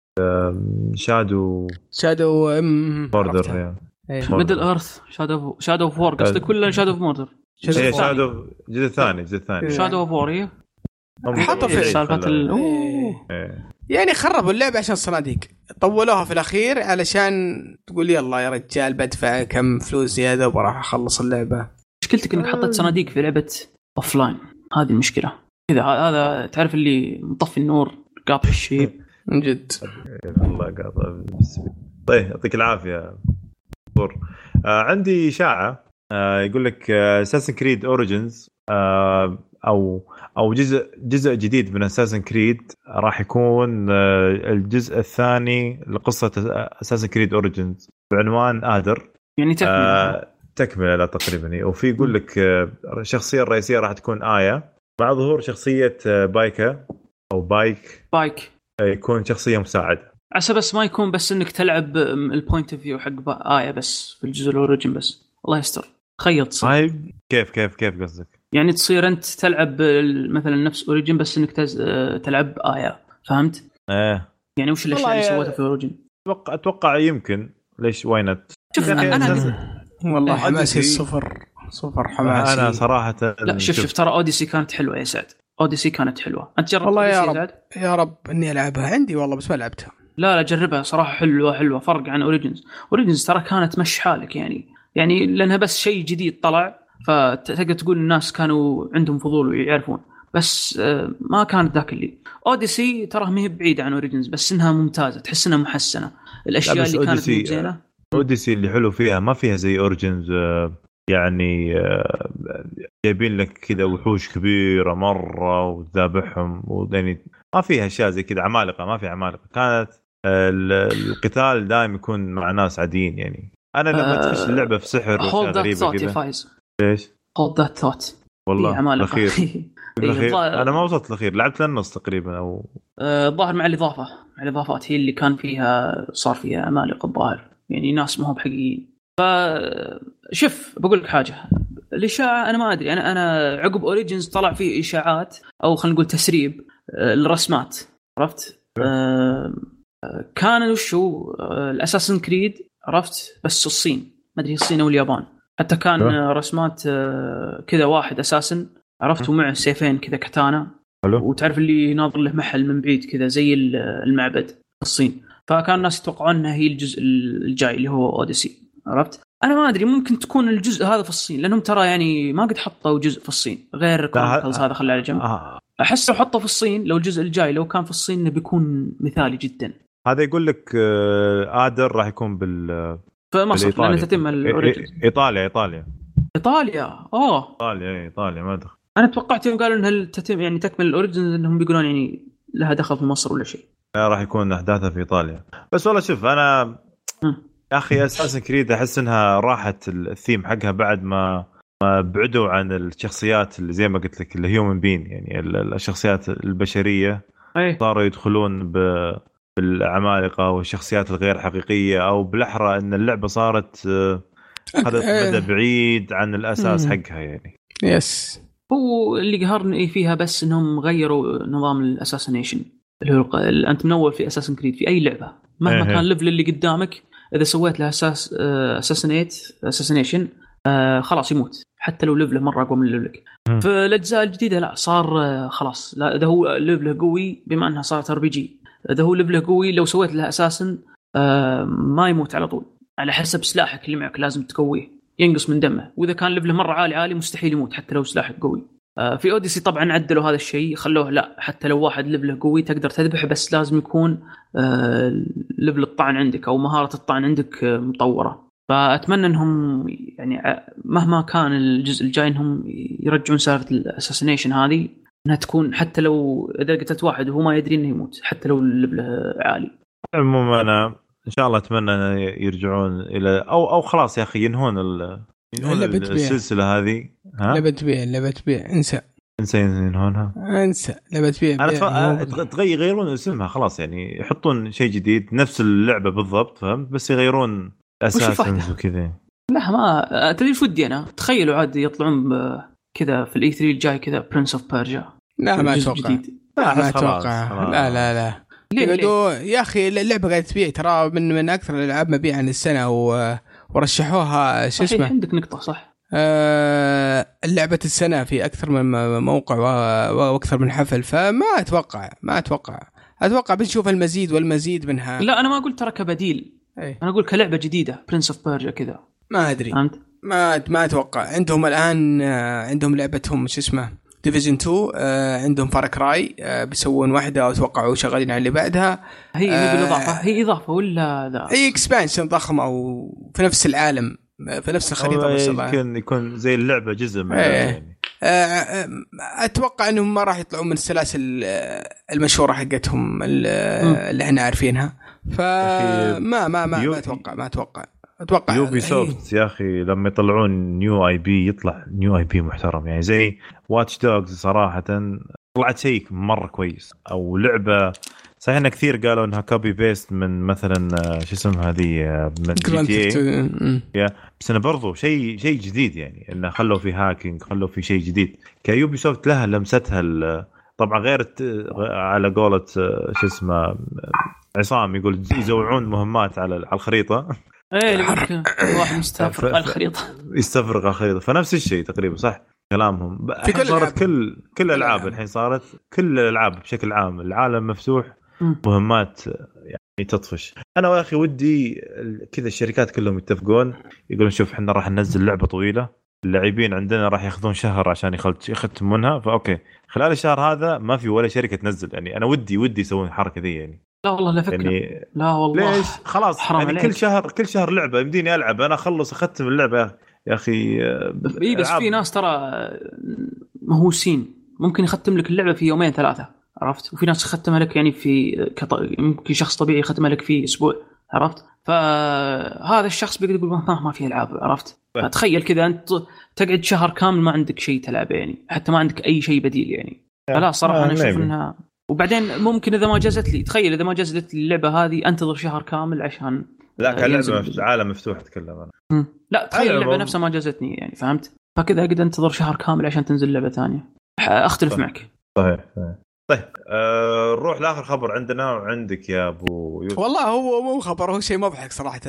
شادو شادو موردر يعني ميدل ايرث شادو شادو اوف وور قصدي كله شادو اوف موردر. شادو الجزء الثاني الجزء الثاني شادو اوف وور هي حطوا في سالفه ال إيه. يعني خربوا اللعبه عشان الصناديق طولوها في الاخير علشان تقول يلا يا رجال بدفع كم فلوس زياده وراح اخلص اللعبه. مشكلتك انك حطيت صناديق في لعبه اوفلاين هذه المشكله كذا. هذا تعرف اللي مطفي النور قاطع الشيب من جد الله قاطع. طيب يعطيك العافيه دكتور. آه عندي اشاعه آه يقول لك اساسن كريد اوريجينز آه او او جزء جزء جديد من اساسن كريد راح يكون آه الجزء الثاني لقصه اساسن كريد اوريجينز بعنوان آدر يعني تكمله آه تكمله لا تقريبا. وفي يقول لك آه الشخصيه الرئيسيه راح تكون آية مع ظهور شخصيه آه بايكا او بايك بايك آه يكون شخصيه مساعده عسى بس ما يكون بس انك تلعب البوينت اوف فيو حق آية بس في الجزء الاوريجين بس. الله يستر خيط صار. كيف كيف كيف قصدك؟ يعني تصير انت تلعب مثلا نفس اوريجين بس انك تز... تلعب آية فهمت؟ ايه يعني وش الاشياء اللي سويتها في اوريجين؟ اتوقع اتوقع يمكن ليش واينت. شوف انا, أنا والله حماسي صفر صفر حماسي انا صراحه. لا شوف شوف ترى اوديسي كانت حلوه يا سعد. اوديسي كانت حلوه. انت جربت والله يا رب سعد؟ يا رب اني العبها عندي والله بس ما لعبتها. لا لا جربها صراحه حلوه حلوه فرق عن اوريجينز. اوريجينز ترى كانت مش حالك يعني يعني لانها بس شيء جديد طلع فتقدر تقول الناس كانوا عندهم فضول ويعرفون بس ما كانت ذاك اللي. اوديسي ترى ما هي بعيده عن اوريجينز بس انها ممتازه تحس انها محسنه. الاشياء اللي كانت زينه اوديسي اللي حلو فيها ما فيها زي اوريجينز يعني جايبين لك كذا وحوش كبيره مره وتذابحهم ويعني ما فيها اشياء زي كذا عمالقه. ما في عمالقه. كانت القتال دائما يكون مع ناس عاديين يعني. انا لما أه تخش اللعبه في سحر واشياء غريبه كذا. ايش hold that thought والله الاخير الأخير. انا ما وصلت الاخير لعبت للنص تقريبا او الظاهر مع الاضافه مع الاضافات هي اللي كان فيها صار فيها عمالقه الظاهر يعني ناس ما هم حقيقيين. فشوف بقول لك حاجه الاشاعه انا ما ادري انا انا عقب اوريجينز طلع فيه اشاعات او خلينا نقول تسريب الرسمات عرفت. أه كان وشو الاساسن كريد عرفت بس الصين ما ادري الصين او اليابان حتى كان أه؟ رسمات كذا واحد اساسا عرفت ومعه سيفين كذا كاتانا وتعرف اللي ناظر له محل من بعيد كذا زي المعبد الصين. فكان الناس يتوقعون انها هي الجزء الجاي اللي هو اوديسي عرفت. انا ما ادري ممكن تكون الجزء هذا في الصين لانهم ترى يعني ما قد حطوا جزء في الصين غير كرونيكلز هذا خلاه على جنب. آه. احس لو حطوا في الصين لو الجزء الجاي لو كان في الصين بيكون مثالي جدا. هذا يقول لك آدر راح يكون بال في مصر لأنه تتم الأوريجينز. إيطاليا إيطاليا إيطاليا أوه إيطاليا إيطاليا ما دخل. أنا توقعت يوم قالوا إنها تتم يعني تكمل الأوريجينز إنهم بيقولون يعني لها دخل في مصر ولا شيء. لا راح يكون أحداثها في إيطاليا. بس والله شوف أنا م. يا أخي أساسن كريد أحس إنها راحت الثيم حقها بعد ما ما بعدوا عن الشخصيات اللي زي ما قلت لك الهيومن بين يعني الشخصيات البشرية. أي. صاروا يدخلون ب بالعمالقة والشخصيات الغير حقيقية أو بالأحرى أن اللعبة صارت هذا مدى بعيد عن الأساس حقها يعني. يس هو اللي قهرني فيها بس انهم غيروا نظام الاساسينيشن اللي هو ال... انت منول في اساسن كريد في اي لعبه مهما كان الليفل اللي قدامك اذا سويت له اساس اساسينيت اساسينيشن آه خلاص يموت حتى لو ليفله مره اقوى من ليفلك. فالاجزاء الجديده لا صار آه خلاص لا اذا هو ليفله قوي بما انها صارت ار بي جي اذا هو ليفله قوي لو سويت له اساسن آه ما يموت على طول على حسب سلاحك اللي معك لازم تقويه ينقص من دمه واذا كان ليفله مره عالي عالي مستحيل يموت حتى لو سلاحك قوي. آه في اوديسي طبعا عدلوا هذا الشيء خلوه لا حتى لو واحد ليفله قوي تقدر تذبحه بس لازم يكون آه ليفل الطعن عندك او مهاره الطعن عندك آه مطوره. فأتمنى أنهم يعني مهما كان الجزء الجاي أنهم يرجعون سالفة الأساسينيشن هذه أنها تكون حتى لو إذا قتلت واحد وهو ما يدري أنه يموت حتى لو الليفل عالي. عموما أنا إن شاء الله أتمنى أن يرجعون إلى أو أو خلاص يا أخي ينهون ال ينهون السلسلة هذه. لعبة بيع لعبة بيع انسى انسى ينهونها انسى لعبة بيع. أنا تغير يغيرون اسمها خلاص يعني يحطون شيء جديد نفس اللعبة بالضبط فهمت بس يغيرون أساساً وكذا. لا ما تدري شو ودي أنا تخيلوا عاد يطلعون كذا في الإي ثري الجاي كذا برنس أوف بيرجا. لا ما أتوقع لا ما أتوقع لا لا لا يقولوا يا أخي اللعبة قاعدة تبيع ترى من من أكثر الألعاب مبيعاً السنة ورشحوها شو اسمه. عندك نقطة صح. آه اللعبة السنة في أكثر من موقع وأكثر من حفل فما أتوقع ما أتوقع أتوقع بنشوف المزيد والمزيد منها. لا أنا ما قلت ترى كبديل أيه. أنا أقول كلعبة جديدة برنس أوف بيرجا كذا ما أدري ما ما أتوقع. عندهم الآن عندهم لعبتهم شو اسمه ديفيجن تو عندهم فار كراي بيسوون واحدة وتوقعوا شغالين على اللي بعدها. هي هي بالإضافة هي إضافة ولا ذا هي إكسبانشن ضخمة وفي نفس العالم في نفس الخريطة بس يمكن يكون زي اللعبة جزء من يعني. أتوقع أنهم ما راح يطلعون من السلاسل المشهورة حقتهم اللي احنا عارفينها فما ما ما ما أتوقع ما أتوقع أتوقع يوبي سوفت يا أخي لما يطلعون نيو آي بي يطلع نيو آي بي محترم يعني زي واتش دوغز صراحة طلعت شيء مرة كويس أو لعبة صحيح إن كثير قالوا إنها كوبي بيست من مثلا شو اسمها هذه من جي تي إيه بس أنا برضو شيء شيء جديد يعني إنه خلوا في هاكينج خلوا في شيء جديد كيوبي سوفت لها لمستها طبعا غير على قولة شو اسمه عصام يقول يزوعون مهمات على على الخريطة ايه واحد مستفرغ على الخريطة يستفرغ على الخريطة فنفس الشيء تقريبا صح كلامهم في كل صارت كل كل الألعاب الحين صارت كل الألعاب بشكل عام العالم مفتوح مهمات يعني تطفش. أنا يا أخي ودي كذا الشركات كلهم يتفقون يقولون شوف إحنا راح ننزل لعبة طويلة اللاعبين عندنا راح ياخذون شهر عشان يختمونها فأوكي خلال الشهر هذا ما في ولا شركة تنزل يعني أنا ودي ودي يسوون الحركة ذي يعني. لا والله لا فكرة يعني لا والله ليش خلاص يعني كل شهر كل شهر لعبة يمديني ألعب أنا أخلص أختم اللعبة يا أخي. إيه بس في ناس ترى مهووسين ممكن يختم لك اللعبة في يومين ثلاثة عرفت وفي ناس يختمها لك يعني في كط... ممكن شخص طبيعي يختمها لك في أسبوع عرفت فهذا الشخص بيقدر يقول ما ما في ألعاب عرفت فتخيل كذا أنت تقعد شهر كامل ما عندك شيء تلعبه يعني حتى ما عندك أي شيء بديل يعني فلا صراحة أنا أشوف إنها وبعدين ممكن إذا ما جازت لي تخيل إذا ما جازت لي اللعبة هذه أنتظر شهر كامل عشان لا كلعبة عالم مفتوح أتكلم أنا لا تخيل اللعبة نفسها ما جازتني يعني فهمت فكذا أقدر أنتظر شهر كامل عشان تنزل لعبة ثانية أختلف طيب. معك صحيح صحيح طيب أه نروح لآخر خبر عندنا وعندك يا أبو يوسف. والله هو مو خبر هو شيء مضحك صراحة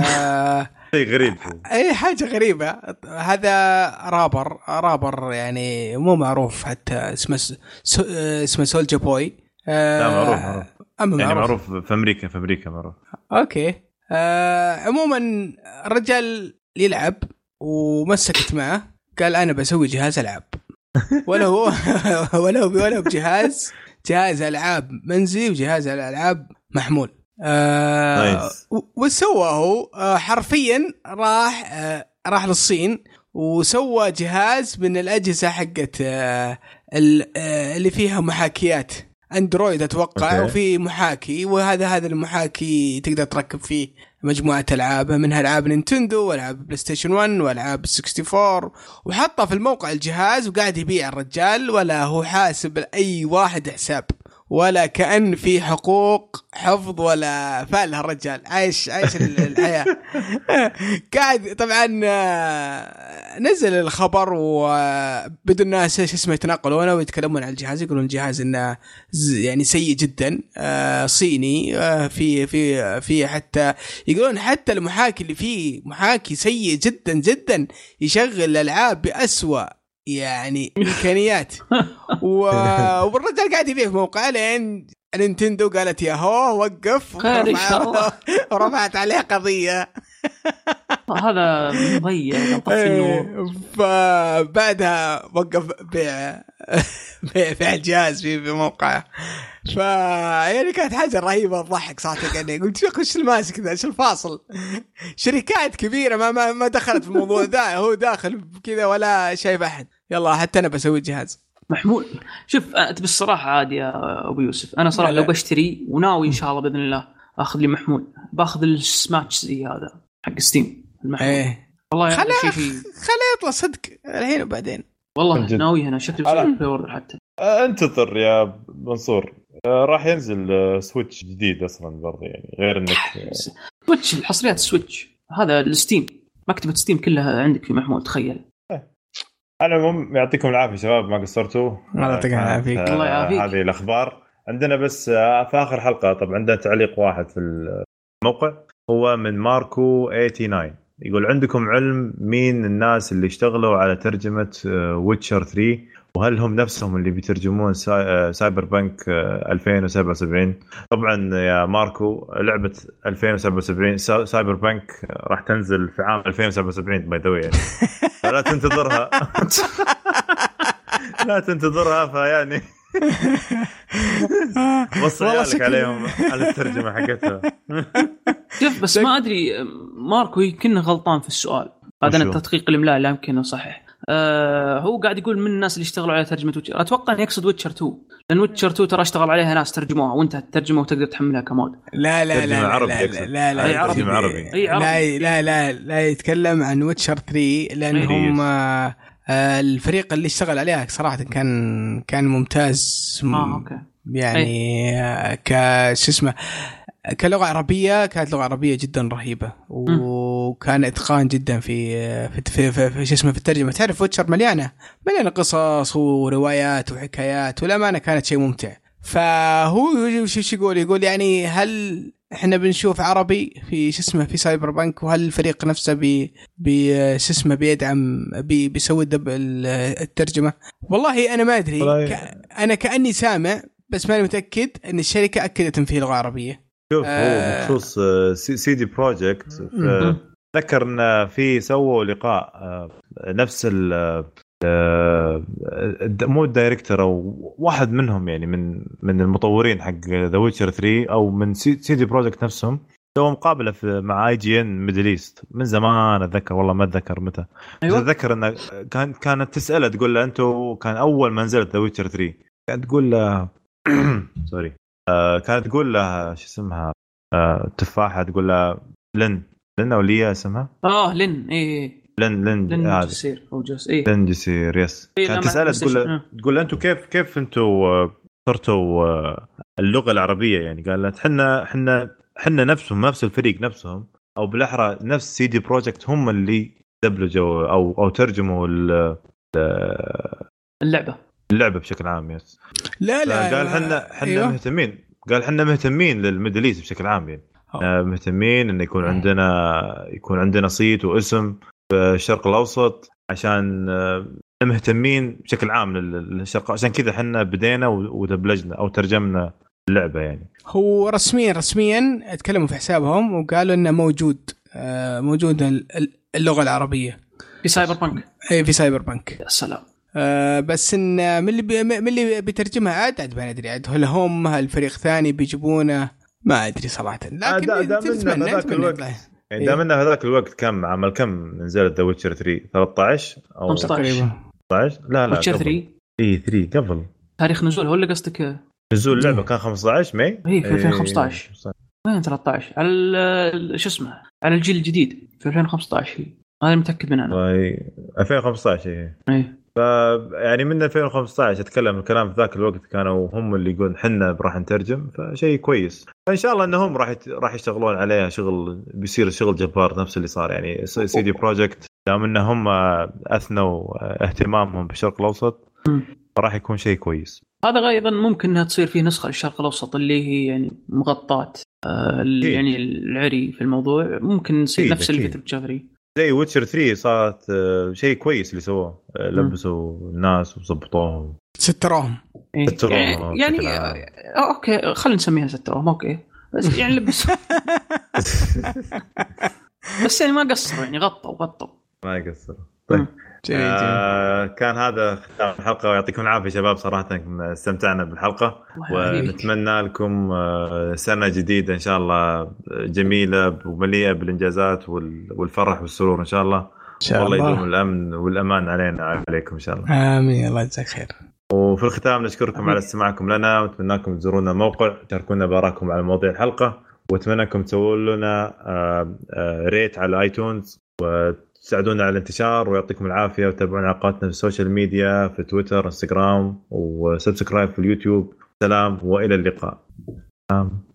أه شيء غريب أي حاجة غريبة هذا رابر رابر يعني مو معروف حتى اسمه سو اسمه سولجا بوي أه لا معروف معروف أما يعني معروف. معروف في أمريكا في أمريكا معروف أوكي أه عموما الرجال يلعب ومسكت معه قال أنا بسوي جهاز ألعاب ولا هو ولا هو ولا بجهاز جهاز ألعاب منزلي وجهاز الألعاب محمول آه وسوى هو آه حرفيا راح آه راح للصين وسوى جهاز من الأجهزة حقت آه اللي فيها محاكيات اندرويد اتوقع okay. وفي محاكي وهذا هذا المحاكي تقدر تركب فيه مجموعة ألعاب منها ألعاب نينتندو والعاب بلاي ستيشن واحد والعاب أربعة وستين وحطها في الموقع الجهاز وقاعد يبيع الرجال ولا هو حاسب أي واحد حساب ولا كأن في حقوق حفظ ولا فعل الرجال عايش عايش الحياة قاعد طبعا نزل الخبر وبدوا الناس ايش اسمه يتناقلونه ويتكلمون عن الجهاز، يقولون الجهاز انه يعني سيء جدا، صيني، في في في حتى يقولون حتى المحاكي اللي فيه محاكي سيء جدا جدا، يشغل الالعاب بأسوأ يعني امكانيات. والرجال قاعد يبيع في موقع لين نينتندو قالت يا هو وقف ورفعت عليه قضيه. هذا مضيع طفي النور. فبعدها وقف بيع بيع الجهاز في في موقعه. ف يعني كانت حاجه رهيبه تضحك صراحه. يعني قلت وش الماسك ذا، ايش الفاصل؟ شركات كبيره ما ما, ما دخلت في الموضوع ده، هو داخل كذا ولا شايف احد. يلا حتى انا بسوي جهاز محمول. شوف انت بالصراحه عادي يا ابو يوسف، انا صراحه لو بشتري وناوي ان شاء الله باذن الله اخذ لي محمول، باخذ السماتش زي هذا حق ستيم المحمول. ايه والله خليه شيء خليه يطلع صدق الحين وبعدين. والله ناوي هنا شكلي بسوي بري اوردر حتى. انتظر يا منصور، راح ينزل سويتش جديد اصلا برضه، يعني غير انك سويتش الحصريات سويتش هذا الستيم، مكتبه ستيم كلها عندك في محمول تخيل. على العموم يعطيكم العافيه شباب، ما قصرتوا. الله يعطيك العافيه. الله يعافيك. هذه الاخبار عندنا. بس في اخر حلقه طبعا عندنا تعليق واحد في الموقع، هو من ماركو تسعة وثمانين، يقول عندكم علم مين الناس اللي اشتغلوا على ترجمه ويتشر ثلاثة، وهل هم نفسهم اللي بيترجمون سايبر بانك ألفين وسبعة وسبعين؟ طبعا يا ماركو لعبه ألفين وسبعة وسبعين سايبر بانك راح تنزل في عام ألفين وسبعة وسبعين باي ذا واي، يعني لا تنتظرها. لا تنتظرها، فيعني وصل لك عليهم على الترجمه حقتها. شوف بس ما ادري ماركو يمكن غلطان في السؤال هذا، انا التدقيق الاملاء لا يمكن صحيح. آه هو قاعد يقول من الناس اللي اشتغلوا على ترجمه ويتشر، اتوقع ان يقصد ويتشر اثنين، لان ويتشر اثنين ترى اشتغل عليها ناس ترجموها وانت تترجمها وتقدر تحملها كمود. لا لا لا عربي لا لا لا اي عربي عربي لا لا لا لا يتكلم عن ويتشر ثلاثة، لانهم آه الفريق اللي اشتغل عليها صراحه كان كان ممتاز. اه اوكي يعني كش اسمه كلغة عربية، كانت لغة عربية جدا رهيبة، وكان إتقان جدا في في في, في, في, في اسمه في الترجمة. تعرف ويتشر مليانة مليانة قصص وروايات وحكايات، والأمانة كانت شيء ممتع. فهو وش يقول يقول يعني هل احنا بنشوف عربي في شو اسمه في سايبر بانك، وهل الفريق نفسه بي بي شو اسمه بيدعم بي بيسوي دب الترجمة؟ والله أنا ما أدري، ك أنا كأني سامع بس ماني متأكد إن الشركة أكدت إن فيه لغة عربية. شوف هو بخصوص سي دي بروجكت، ذكر ان في سووا لقاء نفس ال مو الدايركتور او واحد منهم يعني من من المطورين حق ذا ويتشر ثلاثة او من سي دي بروجكت نفسهم، سووا مقابله في مع اي جي ان ميدل ايست من زمان، اتذكر والله ما اتذكر متى. أيوة. اتذكر انه كان كانت تساله تقول له انتم كان اول ما نزلت ذا ويتشر ثلاثة كانت تقول له سوري آه كانت تقول له شو اسمها آه تفاحة، تقول له لن لن أو ليا اسمها آه لن إيه لن لن لن جسير أو جس إيه لن جسير يس. إيه كانت تسأله تقول له تقول له أنتوا كيف كيف أنتوا صرتوا اللغة العربية يعني؟ قال له حنا حنا حنا نفسهم نفس الفريق نفسهم أو بالأحرى نفس سي دي بروجكت هم اللي دبلجوا أو أو ترجموا اللعبة اللعبة بشكل عام. يس لا لا قال حنا حنا أيوه. مهتمين قال حنا مهتمين للميدل بشكل عام يعني أوه. مهتمين إنه يكون عندنا يكون عندنا صيت واسم في الشرق الأوسط، عشان مهتمين بشكل عام للشرق، عشان كذا حنا بدينا ودبلجنا أو ترجمنا اللعبة يعني. هو رسميا رسميا اتكلموا في حسابهم وقالوا إنه موجود موجود اللغة العربية في سايبر بانك. إيه في سايبر بانك. يا سلام. أه بس ان من اللي بي من اللي بيترجمها عاد عاد ما ادري عاد هل هم الفريق ثاني بيجيبونه ما ادري صراحه، لكن دا دا من هذاك الوقت يعني دا من هذاك الوقت كم عمل كم نزلت ذا ويتشر ثلاثة ثلاثة عشر او خمسة عشر خمسة عشر لا لا ويتشر ثلاثة اي ثلاثة قبل تاريخ نزول هو اللي قصدك نزول اللعبه كان خمسة عشر ماي اي في ألفين وخمسة عشر وين ثلاثة عشر على شو اسمه على الجيل الجديد في ألفين وخمسة عشر هذا متاكد منه انا ألفين وخمسة عشر اي ف يعني من ألفين وخمسة عشر اتكلم الكلام في ذاك الوقت كانوا هم اللي يقولون حنا راح نترجم، فشيء كويس فان شاء الله انهم راح راح يشتغلون عليها شغل بيصير شغل جبار نفس اللي صار يعني سي دي بروجكت دام انهم اثنوا اهتمامهم بالشرق الاوسط راح يكون شيء كويس. هذا ايضا ممكن انها تصير فيه نسخه للشرق الاوسط اللي هي يعني مغطاه آه يعني العري في الموضوع، ممكن يصير نفس اللي في جافري زي ويتشر ثري صارت آه شيء كويس اللي سووه، آه لبسوا الناس وظبطوهم ستروهم إيه. يعني, يعني آه اوكي خلينا نسميها ستروهم اوكي بس يعني لبسوا بس يعني ما قصروا يعني غطوا غطوا ما يقصروا. طيب جميل آه جميل. كان هذا ختام الحلقة ويعطيكم العافية شباب، صراحة استمتعنا بالحلقة ونتمنى لكم سنة جديدة إن شاء الله جميلة ومليئة بالإنجازات والفرح والسرور إن شاء الله. والله يدوم الأمن والأمان علينا عليكم إن شاء الله. آمين. الله يجزاك خير. وفي الختام نشكركم آمين. على استماعكم لنا، واتمنىكم تزورونا الموقع تشاركونا بآرائكم على مواضيع الحلقة، واتمنى انكم تسووا لنا ريت على ايتونز وتساعدونا على الانتشار، ويعطيكم العافيه وتابعونا على قناتنا في السوشيال ميديا في تويتر انستغرام وسبسكرايب في اليوتيوب. سلام والى اللقاء.